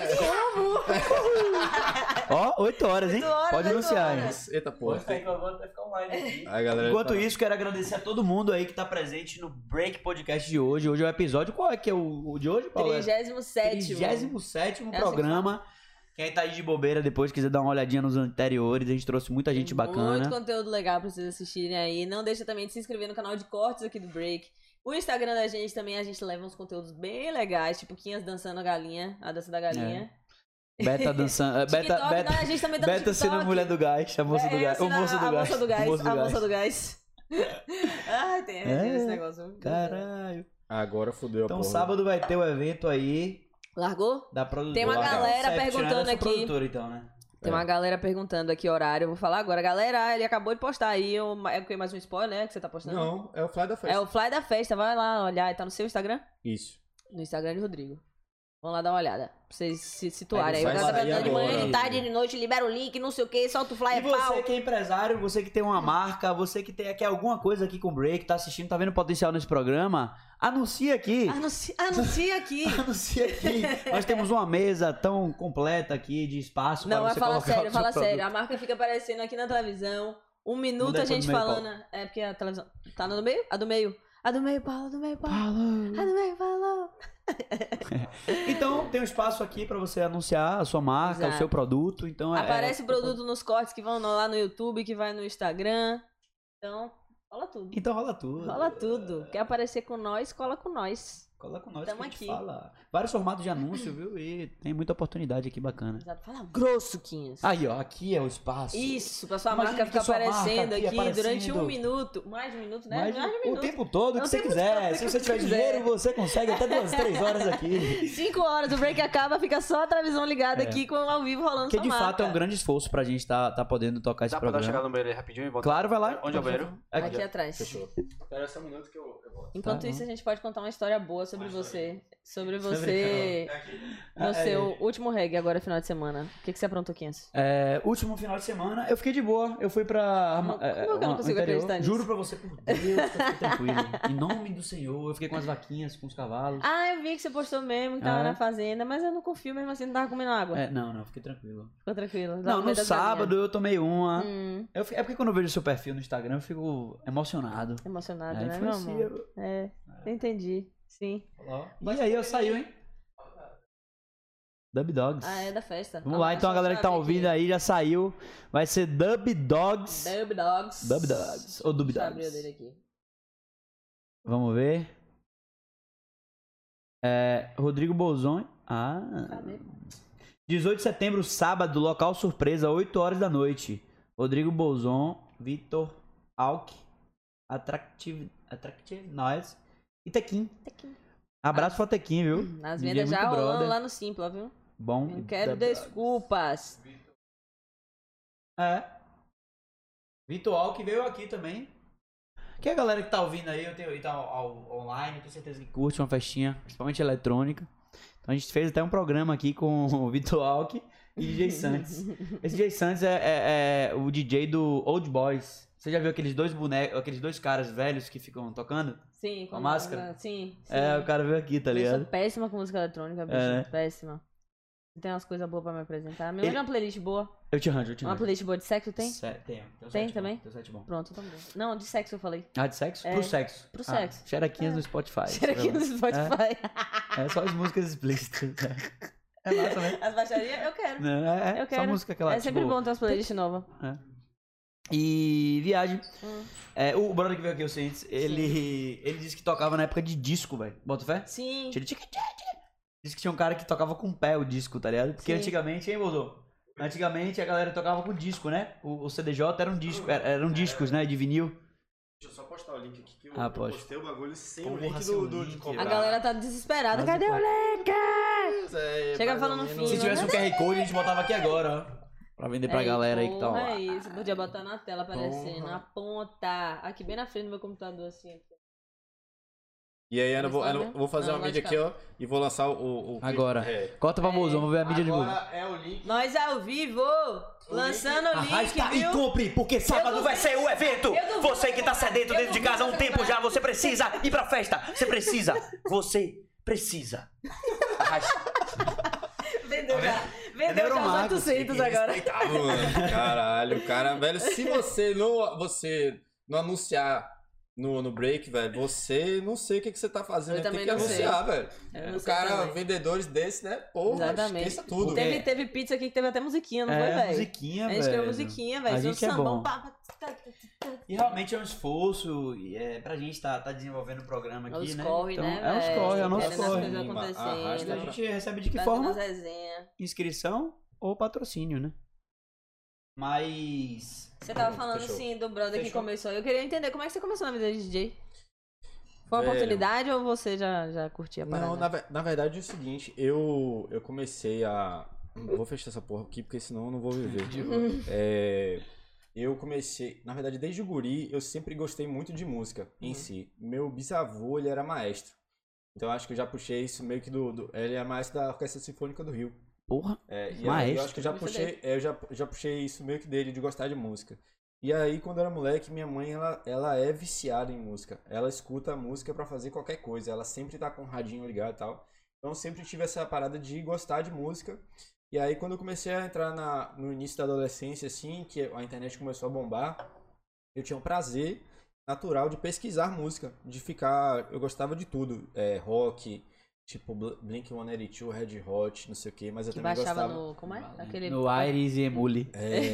pô. Ó, oito horas, hein? Oito horas, Pode oito anunciar, hein? horas. Eita, porra. que eu vou até ficar online aqui. A galera Enquanto tá- isso, quero agradecer a todo mundo aí que tá presente no Break Podcast de hoje. Hoje é o episódio. Qual é que é o, o de hoje, Paulo? trigésimo sétimo. trigésimo sétimo É assim que programa. Quem tá aí de bobeira depois, quiser dar uma olhadinha nos anteriores, a gente trouxe muita gente bacana. Muito conteúdo legal pra vocês assistirem aí. Não deixa também de se inscrever no canal de cortes aqui do Break. O Instagram da gente também, a gente leva uns conteúdos bem legais, tipo Quinhas dançando a galinha, a dança da galinha. Beta dançando. é, Beta, TikTok, beta, não, a gente também tá no beta sendo a TikTok. mulher do gás, a moça do É, gás. O assim, a- moço do a gás. moça do gás. o moço do A gás. moça do gás. Ai, tem É, esse negócio. Caralho. Agora fudeu a Então porra. sábado vai ter o evento aí Largou? da produtora. Tem uma galera Concept, né? perguntando Dessa aqui. produtora, então, né? Tem uma galera perguntando aqui horário. Eu vou falar agora. Galera, ele acabou de postar aí. um- É o que? Mais um spoiler, né? Que você tá postando? Não, é o fly da festa. É o fly da festa. Vai lá olhar. Tá no seu Instagram? Isso. No Instagram de Rodrigo. Vamos lá dar uma olhada. Pra vocês se situarem. Aí Pega o o cara site tá de manhã, agora. de tarde, de noite, libera o link, não sei o que, solta o fly, E é pau. você que é empresário, você que tem uma marca, você que tem, quer alguma coisa aqui com o Break, tá assistindo, tá vendo potencial nesse programa, anuncia aqui. Anuncia, anuncia aqui. Anuncia aqui. Nós temos uma mesa tão completa aqui de espaço Não, para mas você fala colocar sério, o seu fala produto. sério. A marca fica aparecendo aqui na televisão. Um minuto Não a dá pra gente do meio, falando. É porque a televisão. Tá no meio? A do meio. A do meio, Paulo, a do meio, Paulo. Paulo. A do meio, Paulo. Então tem um espaço aqui para você anunciar a sua marca, Exato. o seu produto. Então é- Aparece é, o produto nos cortes que vão lá no YouTube, que vai no Instagram. Então, rola tudo. Então rola tudo. Rola tudo. Quer aparecer com nós, cola com nós. Cola com nós Tamo que a gente aqui. fala. Vários formatos de anúncio, viu? E tem muita oportunidade aqui bacana. Exato. Fala grosso, Quinhas. Aí, ó, aqui é o espaço. Isso, pra sua Imagina marca que ficar sua marca aparecendo aqui, aqui, durante aparecendo. um minuto. Mais de um minuto, né? Mas Mais de um o minuto. tempo todo que O você tempo quiser. todo Se que você você tiver quiser. dinheiro, você consegue até duas, três horas aqui. Cinco horas, o break acaba, fica só a televisão ligada É. aqui com ao vivo rolando Porque sua de marca. fato é um grande esforço pra gente tá, tá podendo tocar esse Dá pra dar programa. chegar no banheiro aí rapidinho e voltar? Claro, vai lá. Onde é o banheiro? Aqui. Aqui atrás. Fechou. Espera só um minuto que eu, eu volto. Enquanto Tá isso, bom. a gente pode contar uma história boa sobre você. Sobre Sobre você Ah, no é. seu último reggae agora, final de semana. O que, que você aprontou, Quinhas? É, último final de semana, eu fiquei de boa. Eu fui pra. Como- é, como é que eu não uma- consigo interior. acreditar nisso? Juro pra você, por Deus, que eu fiquei tranquilo. Em nome do Senhor, eu fiquei com as vaquinhas, com os cavalos. Ah, eu vi que você postou mesmo, que tava É. na fazenda, mas eu não confio mesmo assim, não tava comendo água. É, não, não, fiquei tranquilo. Ficou tranquilo. tava Não, no no meio das sábado eu tomei uma. galinhas. Hum, Eu fi- é porque quando eu vejo o seu perfil no Instagram, eu fico emocionado. emocionado, É, né, meu influencia. amor? É, entendi. Sim. E aí eu saiu, hein? Dub Dogs. Ah, é da festa. Vamos Ah, lá, então a só galera que tá sabe ouvindo aí já saiu. Vai ser Dub Dogs. Dub Dogs. Dub Dogs. Ou Dub Deixa eu abrir o Dogs. dele aqui. Vamos ver. É, Rodrigo Bolzon. Ah. Cadê? dezoito de setembro, sábado, local surpresa, oito horas da noite. Rodrigo Bolzon, Vitor Alck, Attractive, Attractive Noise e Tequim. Tequim. Abraço pra Tequim, viu? As D J vendas já muito rolando brother. lá no Simpla, viu? Bom. Não quero Dub- desculpas. É. Vitor Alck veio aqui também. Que a galera que tá ouvindo aí, eu tenho, e tá ao- ao- online, eu tenho certeza que curte uma festinha, principalmente eletrônica. Então a gente fez até um programa aqui com o Vitor Alck e D J Santos. Esse D J Santos é, é- é o D J do Old Boys. Você já viu aqueles dois bonecos, aqueles dois caras velhos que ficam tocando? Sim, Com a máscara? Sim, sim. É, o cara veio aqui, tá Eu sou ligado? péssima com música eletrônica, bicho. É, né? Péssima. Tem umas coisas boas pra me apresentar. Me manda Ele- uma playlist boa. Eu te arranjo, eu te Uma arranjo. playlist boa de sexo, tem? Se- Tenho. Tem, Tem também? Tem sete bom. Pronto, tá bom. Não, de sexo eu falei. Ah, de sexo? É, Pro sexo. pro Ah, sexo. Xerequinhas É. no Spotify. Tira aqui no Spotify. É, é só as músicas explícitas. É massa, né? As baixarias, eu quero. Não, é, é Eu só quero. música aquela, É sempre tipo, bom ter umas playlists novas. E viagem. Hum. É, o brother que veio aqui, o Cientes, ele, ele disse que tocava na época de disco, velho. Bota fé? Sim. Tira, tira, tira, tira. Disse que tinha um cara que tocava com o pé o disco, tá ligado? Porque Sim. antigamente, hein, Bozô? Antigamente a galera tocava com disco, né? O, o C D J era um disco, era- eram discos, né? De vinil. Deixa eu só postar o link aqui que eu, Ah, eu pode. postei o bagulho sem Porra, o link sem o do, do, link, de A comprar. galera tá desesperada. Mas Cadê e o pô- link? É, Chega mais falando ou fino, menos- Se tivesse um Q R Code, a gente botava aqui agora, ó. Pra vender pra Aí, galera aí que tá porra, lá. É isso, podia botar na tela aparecendo, Porra. na ponta. Aqui bem na frente do meu computador, assim. E aí, Ana, No vou, Ana, Instagram? vou fazer Não, uma lá mídia de aqui, ó, e vou lançar o... o Agora. É. Corta pra Bozô, vamos ver a mídia de novo. Agora é o link. Nós ao vivo, lançando o link, Arrasta e viu? compre, porque sábado Eu vai duvido- ser o evento. eu duvido- Você que tá sedento eu dentro de casa há um duvido- tempo já, você precisa ir pra festa. Você precisa. Você precisa. Arrasta. Vendeu já. Vendeu já os Neuromarco, oitocentos agora. Respeitável, mano. Caralho, cara, velho, se você não, você não anunciar no, no break, velho, você não sei o que, que você tá fazendo. Eu Tem também que não sei. anunciar, velho. Eu não O sei cara, também. vendedores desse, né? Porra, Exatamente. esqueça tudo. Teve, teve pizza aqui que teve até musiquinha, não foi, É, velho? musiquinha, A velho. gente criou musiquinha, velho. A Tinha um gente é sambão, bom. pá, pá, tá, tá, tá. E realmente é um esforço e é, pra gente tá, tá desenvolvendo o programa É aqui, os né? corre, Então, né, é os velho? corre, é o nosso Querendo as corre. coisas Arrasta E a acontecendo. gente recebe de que Fazendo forma? as resenhas. Inscrição ou patrocínio, né? Mas... Você tava falando Fechou. assim do brother que Fechou. começou. Eu queria entender como é que você começou na vida de D J. Foi uma Velho. oportunidade ou você já, já curtia a parada? Não, na, ve- na verdade é o seguinte, eu, eu comecei a... Vou fechar essa porra aqui, porque senão eu não vou viver. É, eu comecei... Na verdade, desde o guri, eu sempre gostei muito de música em Uhum. si. Meu bisavô, ele era maestro. Então, eu acho que eu já puxei isso meio que do... do ele é maestro da Orquestra Sinfônica do Rio. Porra. É, e aí Maestro? eu acho que eu já Gostei puxei, é, eu já, já puxei isso meio que dele, de gostar de música. E aí, quando eu era moleque, minha mãe, ela, ela é viciada em música. Ela escuta a música pra fazer qualquer coisa. Ela sempre tá com o radinho ligado e tal. Então, eu sempre tive essa parada de gostar de música. E aí, quando eu comecei a entrar na, no início da adolescência, assim, que a internet começou a bombar, eu tinha um prazer natural de pesquisar música. De ficar... Eu gostava de tudo. É, rock... Tipo, Bl- Blink one eighty-two, Red Hot, não sei o que, mas eu Que também baixava gostava... no. Como é? Aquele. No Aires e Emule.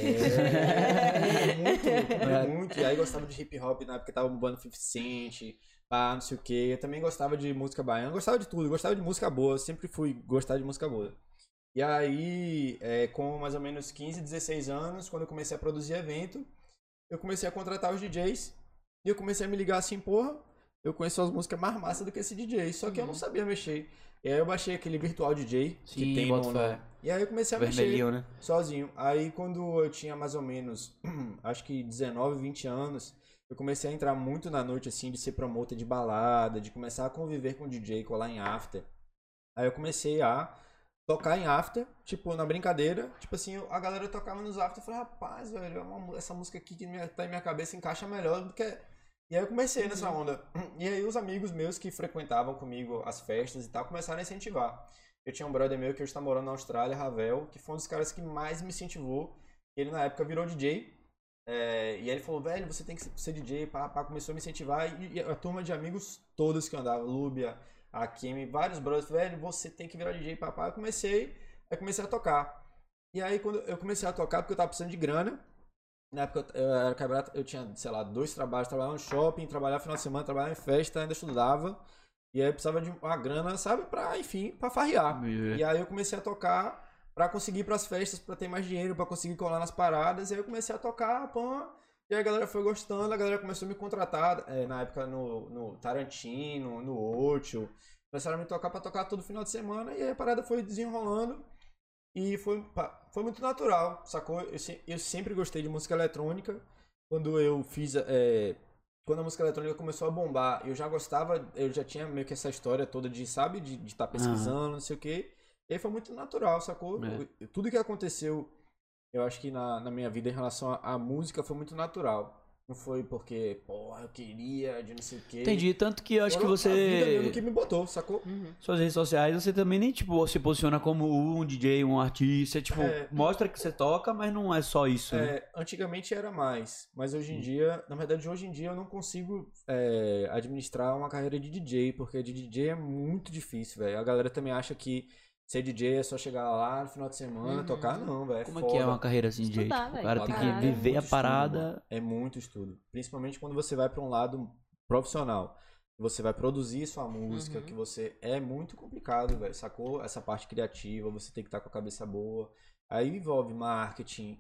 É, muito, muito. E aí gostava de hip hop na época que tava bombando fifty Cent, pá, não sei o que. Eu também gostava de música baiana, eu gostava de tudo, eu gostava de música boa, eu sempre fui gostar de música boa. E aí, é, com mais ou menos quinze, dezesseis anos, quando eu comecei a produzir evento, eu comecei a contratar os D Js e eu comecei a me ligar assim, porra, eu conheço as músicas mais massas do que esse D J, só que eu não sabia mexer. E aí eu baixei aquele Virtual D J que Sim, tem boto no, fé. no... E aí eu comecei a Vermelhinho, mexer né? sozinho. Aí quando eu tinha mais ou menos, acho que dezenove, vinte anos, eu comecei a entrar muito na noite, assim, de ser promotor de balada, de começar a conviver com o D J, colar em after. Aí eu comecei a tocar em after, tipo, na brincadeira. Tipo assim, eu- a galera tocava nos after, eu falei, rapaz, velho, é uma mu- essa música aqui que minha- tá em minha cabeça encaixa melhor do que... E aí eu comecei nessa onda. E aí os amigos meus que frequentavam comigo as festas e tal, começaram a incentivar. Eu tinha um brother meu que hoje tá morando na Austrália, Ravel, que foi um dos caras que mais me incentivou. Ele na época virou D J. É, e aí ele falou, velho, você tem que ser D J, pá, pá, começou a me incentivar. E, e a turma de amigos todos que eu andava, Lúbia, a Kimi, vários brothers, velho, você tem que virar D J, pá, pá. Eu comecei, aí comecei a tocar. E aí quando eu comecei a tocar, porque eu tava precisando de grana. Na época eu, eu era quebrado, eu tinha, sei lá, dois trabalhos, trabalhava no shopping, trabalhava no final de semana, trabalhava em festa, ainda estudava. E aí eu precisava de uma grana, sabe, pra, enfim, pra farrear. E aí eu comecei a tocar pra conseguir ir pras festas, pra ter mais dinheiro, pra conseguir colar nas paradas. E aí eu comecei a tocar, pã. E aí a galera foi gostando, a galera começou a me contratar, é, na época no, no Tarantino, no Ocho. Começaram a me tocar pra tocar todo final de semana. E aí a parada foi desenrolando. E foi, pá, foi muito natural, sacou? Eu, se- eu sempre gostei de música eletrônica. Quando eu fiz... é, quando a música eletrônica começou a bombar, eu já gostava, eu já tinha meio que essa história toda de, sabe, de estar pesquisando, não sei o quê. E aí foi muito natural, sacou? É. Eu- Tudo que aconteceu, eu acho que na, na minha vida em relação à à música foi muito natural. Não foi porque, porra, eu queria de não sei o quê. Entendi, tanto que eu acho que Foram a vida mesmo você... que me botou, sacou? Uhum. Suas redes sociais, você também nem, tipo, se posiciona como um D J, um artista, tipo, É. mostra que você toca, mas não é só isso, né? É, antigamente era mais, mas hoje em dia, na verdade, hoje em dia eu não consigo é, administrar uma carreira de D J, porque de D J é muito difícil, velho. A galera também acha que ser D J é só chegar lá no final de semana, Uhum. tocar, não, velho. Como é que é uma carreira assim, D J? Estudar, Tipo, o velho, cara pra tem que caralho. viver a muito parada... estudo, mano. É muito estudo. Principalmente quando você vai pra um lado profissional. Você vai produzir sua música, Uhum. que você... É muito complicado, velho, sacou? Essa parte criativa, você tem que estar com a cabeça boa. Aí envolve marketing,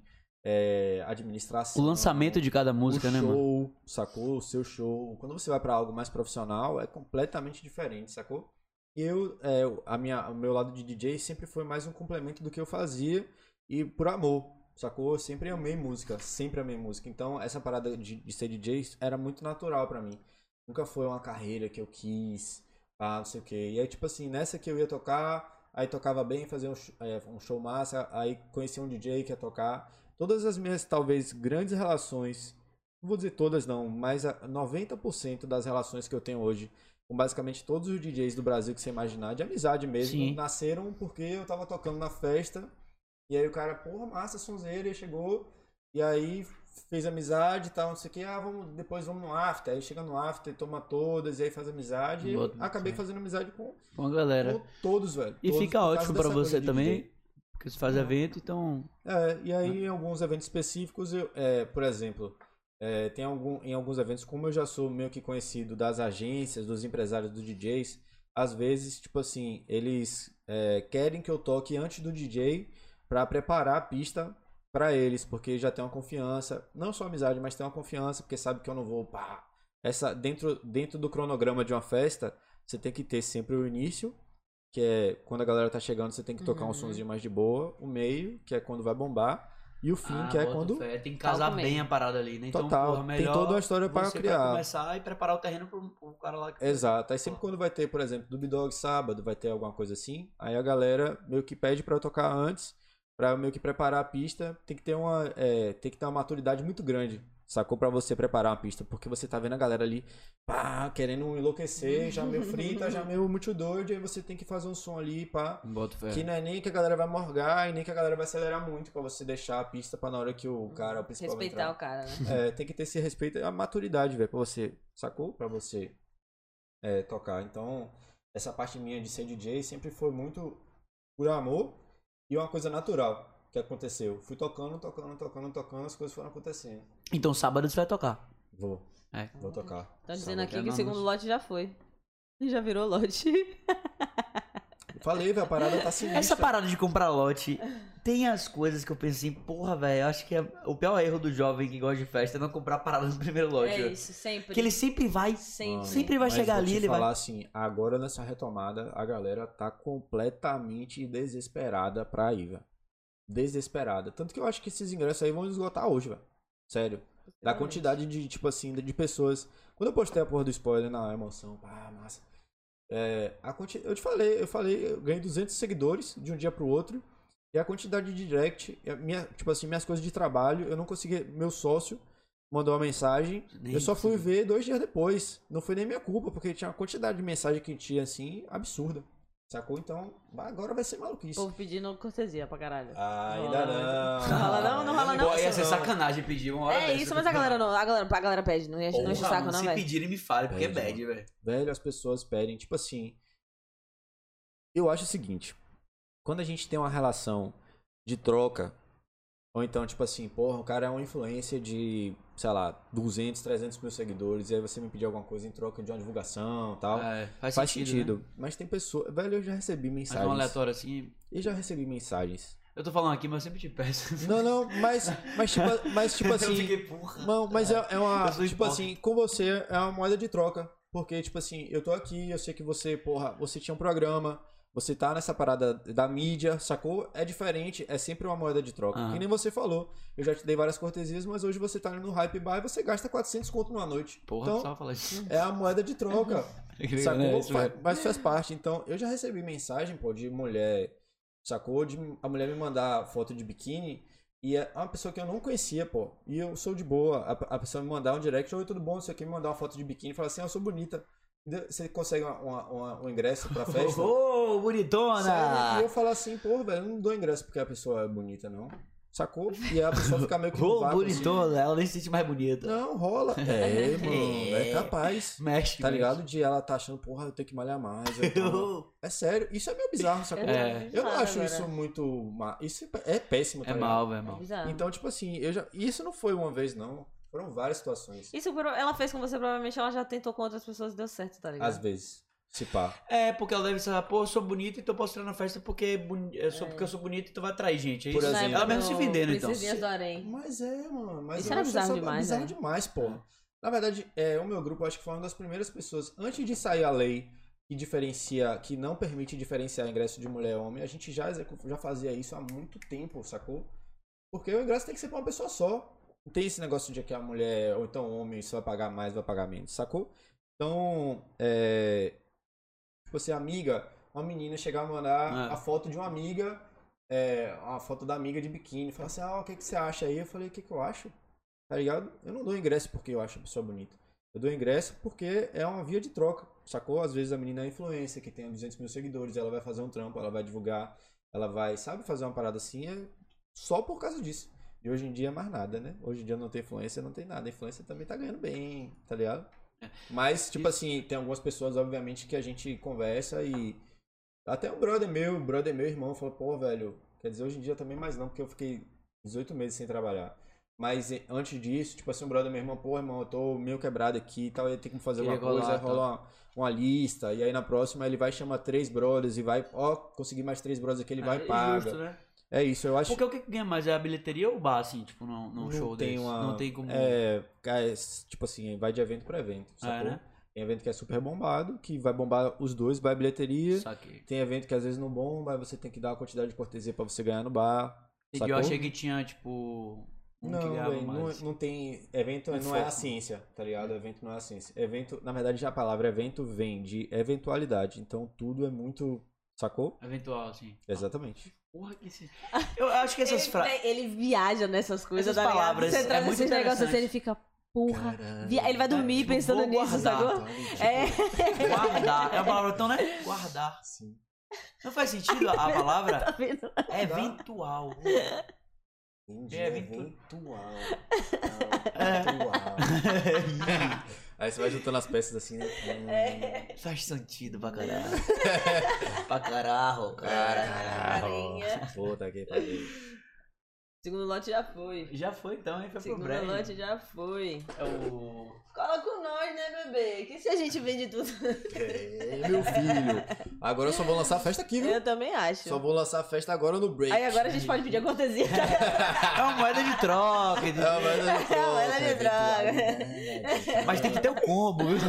é, administração... O lançamento de cada música, o né, mano? show, sacou? O seu show. Quando você vai pra algo mais profissional, é completamente diferente, sacou? E eu, é, a minha, o meu lado de D J sempre foi mais um complemento do que eu fazia e por amor, sacou? Eu sempre amei música, sempre amei música. Então, essa parada de, de ser D J era muito natural pra mim. Nunca foi uma carreira que eu quis, ah, não sei o quê. E aí, tipo assim, nessa que eu ia tocar, aí tocava bem, fazia um, sh- é, um show massa, aí conhecia um D J que ia tocar. Todas as minhas, talvez, grandes relações, não vou dizer todas não, mas a noventa por cento das relações que eu tenho hoje, com basicamente todos os D Js do Brasil que você imaginar, de amizade mesmo, Sim. nasceram porque eu tava tocando na festa, e aí o cara, porra, massa, sonzeira, e chegou, e aí fez amizade e tal, não sei o que, ah, vamos, depois vamos no after, aí chega no after, toma todas, e aí faz amizade, e eu Bota- acabei sim. fazendo amizade com, Com a galera. com todos, velho. E todos, fica por causa ótimo pra dessa coisa você de também, D J. porque você faz evento, então... É, e aí em alguns eventos específicos, eu, é, por exemplo, é, tem algum, em alguns eventos, como eu já sou meio que conhecido das agências, dos empresários dos D Js, às vezes, tipo assim, eles é, querem que eu toque antes do D J pra preparar a pista pra eles, porque já tem uma confiança, não só amizade, mas tem uma confiança, porque sabe que eu não vou, pá. Essa, dentro, dentro do cronograma de uma festa, você tem que ter sempre o início, que é quando a galera tá chegando, você tem que tocar um Uhum. sonzinho mais de boa, o meio, que é quando vai bombar, e o fim, Ah, que é boto quando... fé. Tem que casar Palco bem meio. a parada ali, né? Então, Total, porra, tem melhor toda uma história pra você criar. começar e preparar o terreno pro, pro cara lá que Exato. Aí sempre quando vai ter, por exemplo, do B-Dog sábado, vai ter alguma coisa assim, aí a galera meio que pede pra eu tocar antes, pra meio que preparar a pista, tem que ter uma, é, tem que ter uma maturidade muito grande, sacou? Pra você preparar uma pista, porque você tá vendo a galera ali, pá, querendo enlouquecer, já meio frita, já meio muito doido, aí você tem que fazer um som ali, pá, Boto fé. que não é nem que a galera vai morgar e nem que a galera vai acelerar muito pra você deixar a pista pra na hora que o cara, o principal vai Respeitar entrar. o cara, né? É, tem que ter esse respeito e a maturidade, velho, pra você, sacou? Pra você é, tocar. Então, essa parte minha de ser D J sempre foi muito por amor e uma coisa natural que aconteceu. Fui tocando, tocando, tocando, tocando, as coisas foram acontecendo. Então, sábado você vai tocar. Vou, É. vou tocar. Estão dizendo Sábado. aqui já que o não- segundo lote já foi. Já virou lote. Falei, velho, a parada tá sinistra. Essa parada de comprar lote, tem as coisas que eu pensei, porra, velho, eu acho que é o pior erro do jovem que gosta de festa é não comprar parada no primeiro lote. É velho. isso, sempre. Que ele sempre vai, Sempre. sempre vai Mas chegar vou ali, te ele falar vai... assim, agora nessa retomada, a galera tá completamente desesperada pra ir, velho. Desesperada. Tanto que eu acho que esses ingressos aí vão esgotar hoje, velho. Sério. Da quantidade de, tipo assim, de pessoas. Quando eu postei a porra do spoiler na emoção, ah, massa. É, a quanti... Eu te falei, eu falei, eu ganhei duzentos seguidores de um dia pro outro. E a quantidade de direct, a minha, tipo assim, minhas coisas de trabalho, eu não consegui. Meu sócio mandou uma mensagem. Nem eu só fui consegui. ver dois dias depois. Não foi nem minha culpa, porque tinha uma quantidade de mensagem que tinha assim, absurda. Sacou? Então, agora vai ser O maluquice. povo pedindo cortesia pra caralho. Ah, Não ainda rola, não. Não rola não, não rola não. Pô, ia ser Não. sacanagem pedir uma hora É dessa. isso, mas a galera não. A galera, a galera pede, não enche, não enche o Porra, saco, mano, não, se velho. pedirem, me fale, porque Pede, é bad, velho. Velho, as pessoas pedem, tipo assim. Eu acho o seguinte: quando a gente tem uma relação de troca, ou então, tipo assim, porra, o cara é uma influência de, sei lá, duzentos, trezentos mil seguidores, e aí você me pedir alguma coisa em troca de uma divulgação e tal. É, faz, Faz sentido. sentido. Né? Mas tem pessoas. Velho, eu já recebi Mas mensagens. um aleatório assim. Eu já recebi mensagens. Eu tô falando aqui, mas eu sempre te peço. Não, não, mas, mas, tipo, mas, tipo assim. Eu fiquei, porra. Não, mas é, é uma. Eu sou Tipo hipócrita. assim, com você é uma moeda de troca. Porque, tipo assim, eu tô aqui, eu sei que você, porra, você tinha um programa, você tá nessa parada da mídia, sacou? É diferente, é sempre uma moeda de troca. Aham. Que nem você falou. Eu já te dei várias cortesias, mas hoje você tá ali no Hype Bar e você gasta quatrocentos conto numa noite. Porra, então, precisava falar isso. é a moeda de troca. Sacou? É, isso Fa- mesmo. Mas faz parte. Então, eu já recebi mensagem, pô, de mulher, sacou? De a mulher me mandar foto de biquíni E é uma pessoa que eu não conhecia, pô. E eu sou de boa. A, a pessoa me mandar um direct, oi, tudo bom, isso aqui, me mandar uma foto de biquíni e falar assim, ah, eu sou bonita. Você consegue uma, uma, uma, um ingresso pra festa? Ô, oh, bonitona! Sério? E eu falo assim, pô, velho, eu não dou ingresso porque a pessoa é bonita, não. Sacou? E a pessoa fica meio que... Ô, oh, bonitona, assim. Ela nem se sente mais bonita. Não, rola. É, mano, é capaz. Mexe, Tá mexe. ligado? De ela tá achando, porra, eu tenho que malhar mais. Tô... É sério, isso é meio bizarro, sacou? É. Eu não acho agora. isso muito... Ma... Isso é péssimo, tá É ligado? mal, velho, é mal. É bizarro. Então, tipo assim, eu já... isso não foi uma vez, não. Foram várias situações. Isso pro- ela fez com você, provavelmente ela já tentou com outras pessoas e deu certo, tá ligado? Às vezes. Se pá. É, porque ela deve pensar, pô, eu sou bonita, então eu posso entrar na festa porque, boni... eu sou, É. porque eu sou bonita, então vai atrair gente. É Por isso? exemplo. Ela mesmo se vendendo, então. Princesinhas do Harém. Mas é, mano. Mas Isso eu era acho bizarro essa- demais, bizarro né? demais, porra. Na verdade, é, o meu grupo, eu acho que foi uma das primeiras pessoas, antes de sair a lei que diferencia, que não permite diferenciar ingresso de mulher e homem, a gente já, execu- já fazia isso há muito tempo, sacou? Porque o ingresso tem que ser pra uma pessoa só. Não tem esse negócio de que a mulher, ou então o homem, se vai pagar mais, vai pagar menos, sacou? Então, é... Tipo assim, amiga, uma menina chegar a mandar É. a foto de uma amiga, é, uma foto da amiga de biquíni, falar assim, ah, o que, que você acha aí? Eu falei, o que, que eu acho? Tá ligado? Eu não dou ingresso porque eu acho a pessoa bonita. Eu dou ingresso porque é uma via de troca, sacou? Às vezes a menina é influencer, que tem duzentos mil seguidores, ela vai fazer um trampo, ela vai divulgar, ela vai, sabe, fazer uma parada assim, é só por causa disso. E hoje em dia é mais nada, né? Hoje em dia não tem influência, não tem nada. A influência também tá ganhando bem, tá ligado? Mas, tipo assim, tem algumas pessoas, obviamente, que a gente conversa e... Até um brother meu, brother meu irmão, falou, pô, velho, quer dizer, hoje em dia também mais não, porque eu fiquei dezoito meses sem trabalhar. Mas eh, antes disso, tipo assim, um brother meu irmão, pô, irmão, eu tô meio quebrado aqui e tal, eu tenho que fazer Queria alguma coisa, colar, aí rola uma, uma lista, e aí na próxima ele vai chamar três brothers e vai, ó, conseguir mais três brothers aqui, ele vai e É paga. justo, né? É isso, eu acho Porque o que ganha mais é a bilheteria ou o bar, assim, tipo, num, num não show tem desse? uma, Não tem como... É, é, tipo assim, vai de evento pra evento, sacou? né? Tem evento que é super bombado, que vai bombar os dois, vai bilheteria. Saquei. Tem evento que às vezes não bomba, aí você tem que dar uma quantidade de cortesia pra você ganhar no bar. E sacou? eu achei que tinha, tipo... Um que Não, ganhava véi, não, mais. não tem. Evento Um não é a foco. ciência, tá ligado? Evento não é a ciência. Evento, na verdade, já a palavra evento vem de eventualidade. Então tudo é muito. Sacou? Eventual, assim. Exatamente. Porra, que esse... Eu acho que essas Ele, frases... ele viaja nessas coisas, Essas tá ligado? palavras, Você é traz muito esses negócios assim, interessante. ele fica, porra. Caralho. via- Ele vai dormir Tipo, pensando vou nisso, guardar, sacou? Tá, tipo, É. Guardar. É uma palavra tão, né? Guardar. Sim. Não faz sentido a palavra? Tá vendo? Eventual. Entendi. É, Eventual. Eventual. Aí você vai juntando as peças assim, né? Hum. Faz sentido pra caralho. Pra caralho, cara. Carinha. Puta que pariu. Segundo lote já foi. Já foi então, hein? Foi pro Segundo breve. lote já foi. É o... Cola com nós, né, bebê? Que se a gente vende tudo. É, meu filho. Agora eu só vou lançar a festa aqui, viu? Eu também acho. Só vou lançar a festa agora no break. Aí agora a gente pode pedir a cortesia. É uma moeda de troca. É uma moeda de troca. É uma moeda de troca. eventualidade. Mas tem que ter o combo, viu?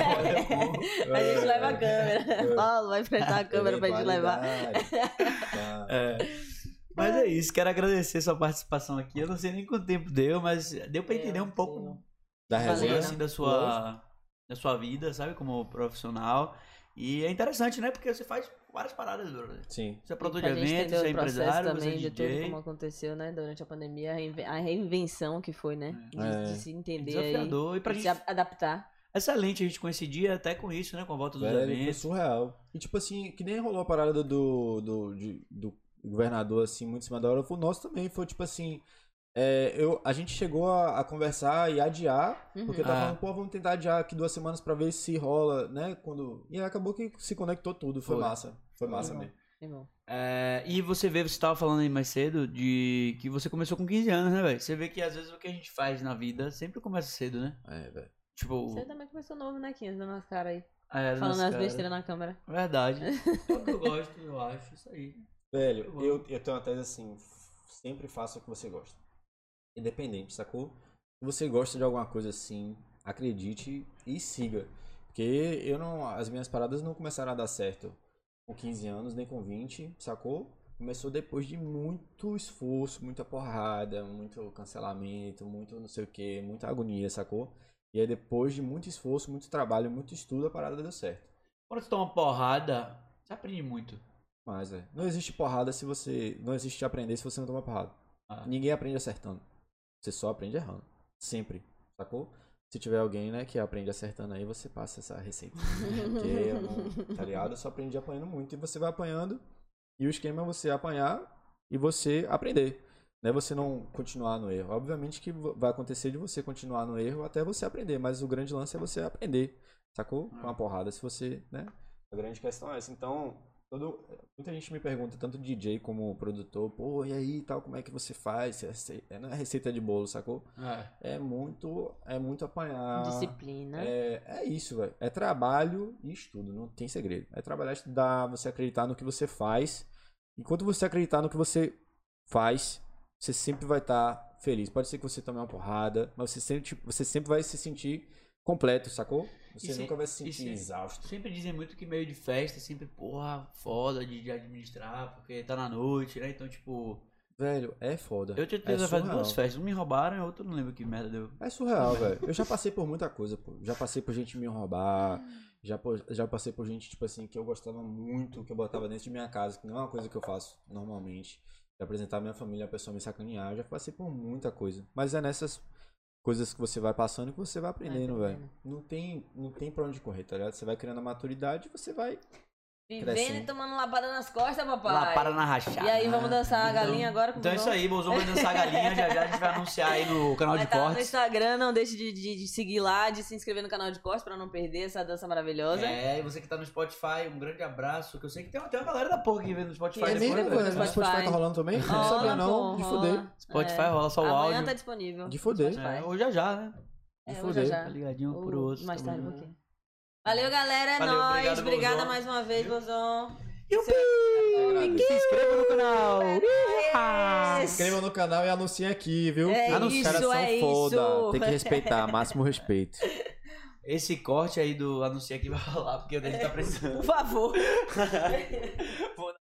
A gente leva a câmera. Paulo, vai prestar a câmera pra gente levar. Eventualidade. Tá. É. Mas é isso, quero agradecer sua participação aqui. Eu não sei nem quanto tempo deu, mas deu pra entender um pouco Da Valeu. resenha. assim, da sua, da sua vida, sabe? Como profissional. E é interessante, né? Porque você faz várias paradas, brother. Sim. Você é produtor de Pra gente eventos, entender você é o processo empresário, você é também de tudo D J. como aconteceu, né, durante a pandemia, a reinve- a reinvenção que foi, né, de, É. de se entender Desafiador. aí, E pra de gente, se a- adaptar. excelente a gente coincidir até com isso, né? Com a volta dos Velho, foi eventos. surreal. E tipo assim, que nem rolou a parada do, do, do, de- do governador, assim, muito em cima da hora. O nosso também foi tipo assim. é, eu, a gente chegou a, a conversar e adiar, Uhum. porque tava Ah. falando, pô, vamos tentar adiar aqui duas semanas pra ver se rola, né? Quando... E aí acabou que se conectou tudo, foi, Foi. massa. Foi massa Uhum. mesmo. É bom. É, e você vê, você estava falando aí mais cedo de que você começou com quinze anos, né, velho? Você vê que às vezes o que a gente faz na vida sempre começa cedo, né? É, velho. Tipo, Você também começou novo, né, quinze, dando as caras aí. é, Falando nossa, as cara. besteiras na câmera. Verdade. É o que eu gosto, eu acho, isso aí. Velho, Bom. eu, eu tenho uma tese assim, sempre faça o que você gosta. Independente, sacou? Se você gosta de alguma coisa assim, acredite e siga. Porque eu não. As minhas paradas não começaram a dar certo com quinze anos, nem com vinte, sacou? Começou depois de muito esforço, muita porrada, muito cancelamento, muito não sei o que, muita agonia, sacou? E aí depois de muito esforço, muito trabalho, muito estudo, a parada deu certo. Quando você toma porrada, você aprende muito. Mas, velho, não existe porrada se você. Não existe aprender se você não toma porrada. Ah. Ninguém aprende acertando. Você só aprende errando. Sempre. Sacou? Se tiver alguém, né, que aprende acertando aí, você passa essa receita. Porque eu não, tá ligado? Eu só aprendi apanhando muito. E você vai apanhando. E o esquema é você apanhar e você aprender. Não é você não continuar no erro. Obviamente que vai acontecer de você continuar no erro até você aprender. Mas o grande lance é você aprender. Sacou? Com uma porrada. Se você, né? A grande questão é essa. Então, todo, muita gente me pergunta, tanto D J como produtor, pô, e aí, tal, como é que você faz? É, não é receita de bolo, sacou? É, é muito, é muito apanhar. Disciplina. É, é isso, velho. É trabalho e estudo, não tem segredo. É trabalhar, estudar, você acreditar no que você faz. Enquanto você acreditar no que você faz, você sempre vai estar feliz. Pode ser que você tome uma porrada, mas você sempre, tipo, você sempre vai se sentir completo, sacou? Você se, nunca vai se sentir se, exausto. Sempre dizem muito que meio de festa, sempre, porra, foda de, de administrar, porque tá na noite, né? Então, tipo... Velho, é foda. Eu tinha é feito duas festas, um me roubaram e outro não lembro que merda deu. É surreal, velho. Eu já passei por muita coisa, pô. Já passei por gente me roubar, já, já passei por gente, tipo assim, que eu gostava muito, que eu botava dentro de minha casa, que não é uma coisa que eu faço normalmente. De apresentar a minha família, a pessoa me sacanear. Eu já passei por muita coisa. Mas é nessas coisas que você vai passando que você vai aprendendo, vai velho. Não tem, não tem pra onde correr, tá ligado? Você vai criando a maturidade e você vai Vivendo crescendo. e tomando lapada nas costas, papai. Lapada na rachada. E aí, vamos dançar a galinha então, agora com o Então é isso aí, Bozão vai dançar a galinha, já já a gente vai anunciar aí no canal Vai de tá no cortes. Instagram, não deixe de, de, de seguir lá, de se inscrever no canal de cortes pra não perder essa dança maravilhosa. É, e você que tá no Spotify, um grande abraço, que eu sei que tem uma, tem uma galera da porra que vem no Spotify É depois. mesmo, né? velho? O Spotify tá rolando também? Não sabia não, de fuder. Spotify É. rola só o Amanhã áudio. tá disponível. De fuder. Spotify. É, ou já já, né? É, de hoje fuder. já. Tá ligadinho Ou por osso. mais tarde um tamo pouquinho. Valeu, galera. É Valeu, nóis. obrigado, Obrigada Bozão. mais uma vez, Bozão. junto. Se inscreva no canal. Se inscreva no canal e anunciem aqui, viu? É Os isso, caras são é foda. isso. Tem que respeitar, máximo respeito. Esse corte aí do anúncio aqui vai rolar, porque o dele tá precisando. Por favor. Vou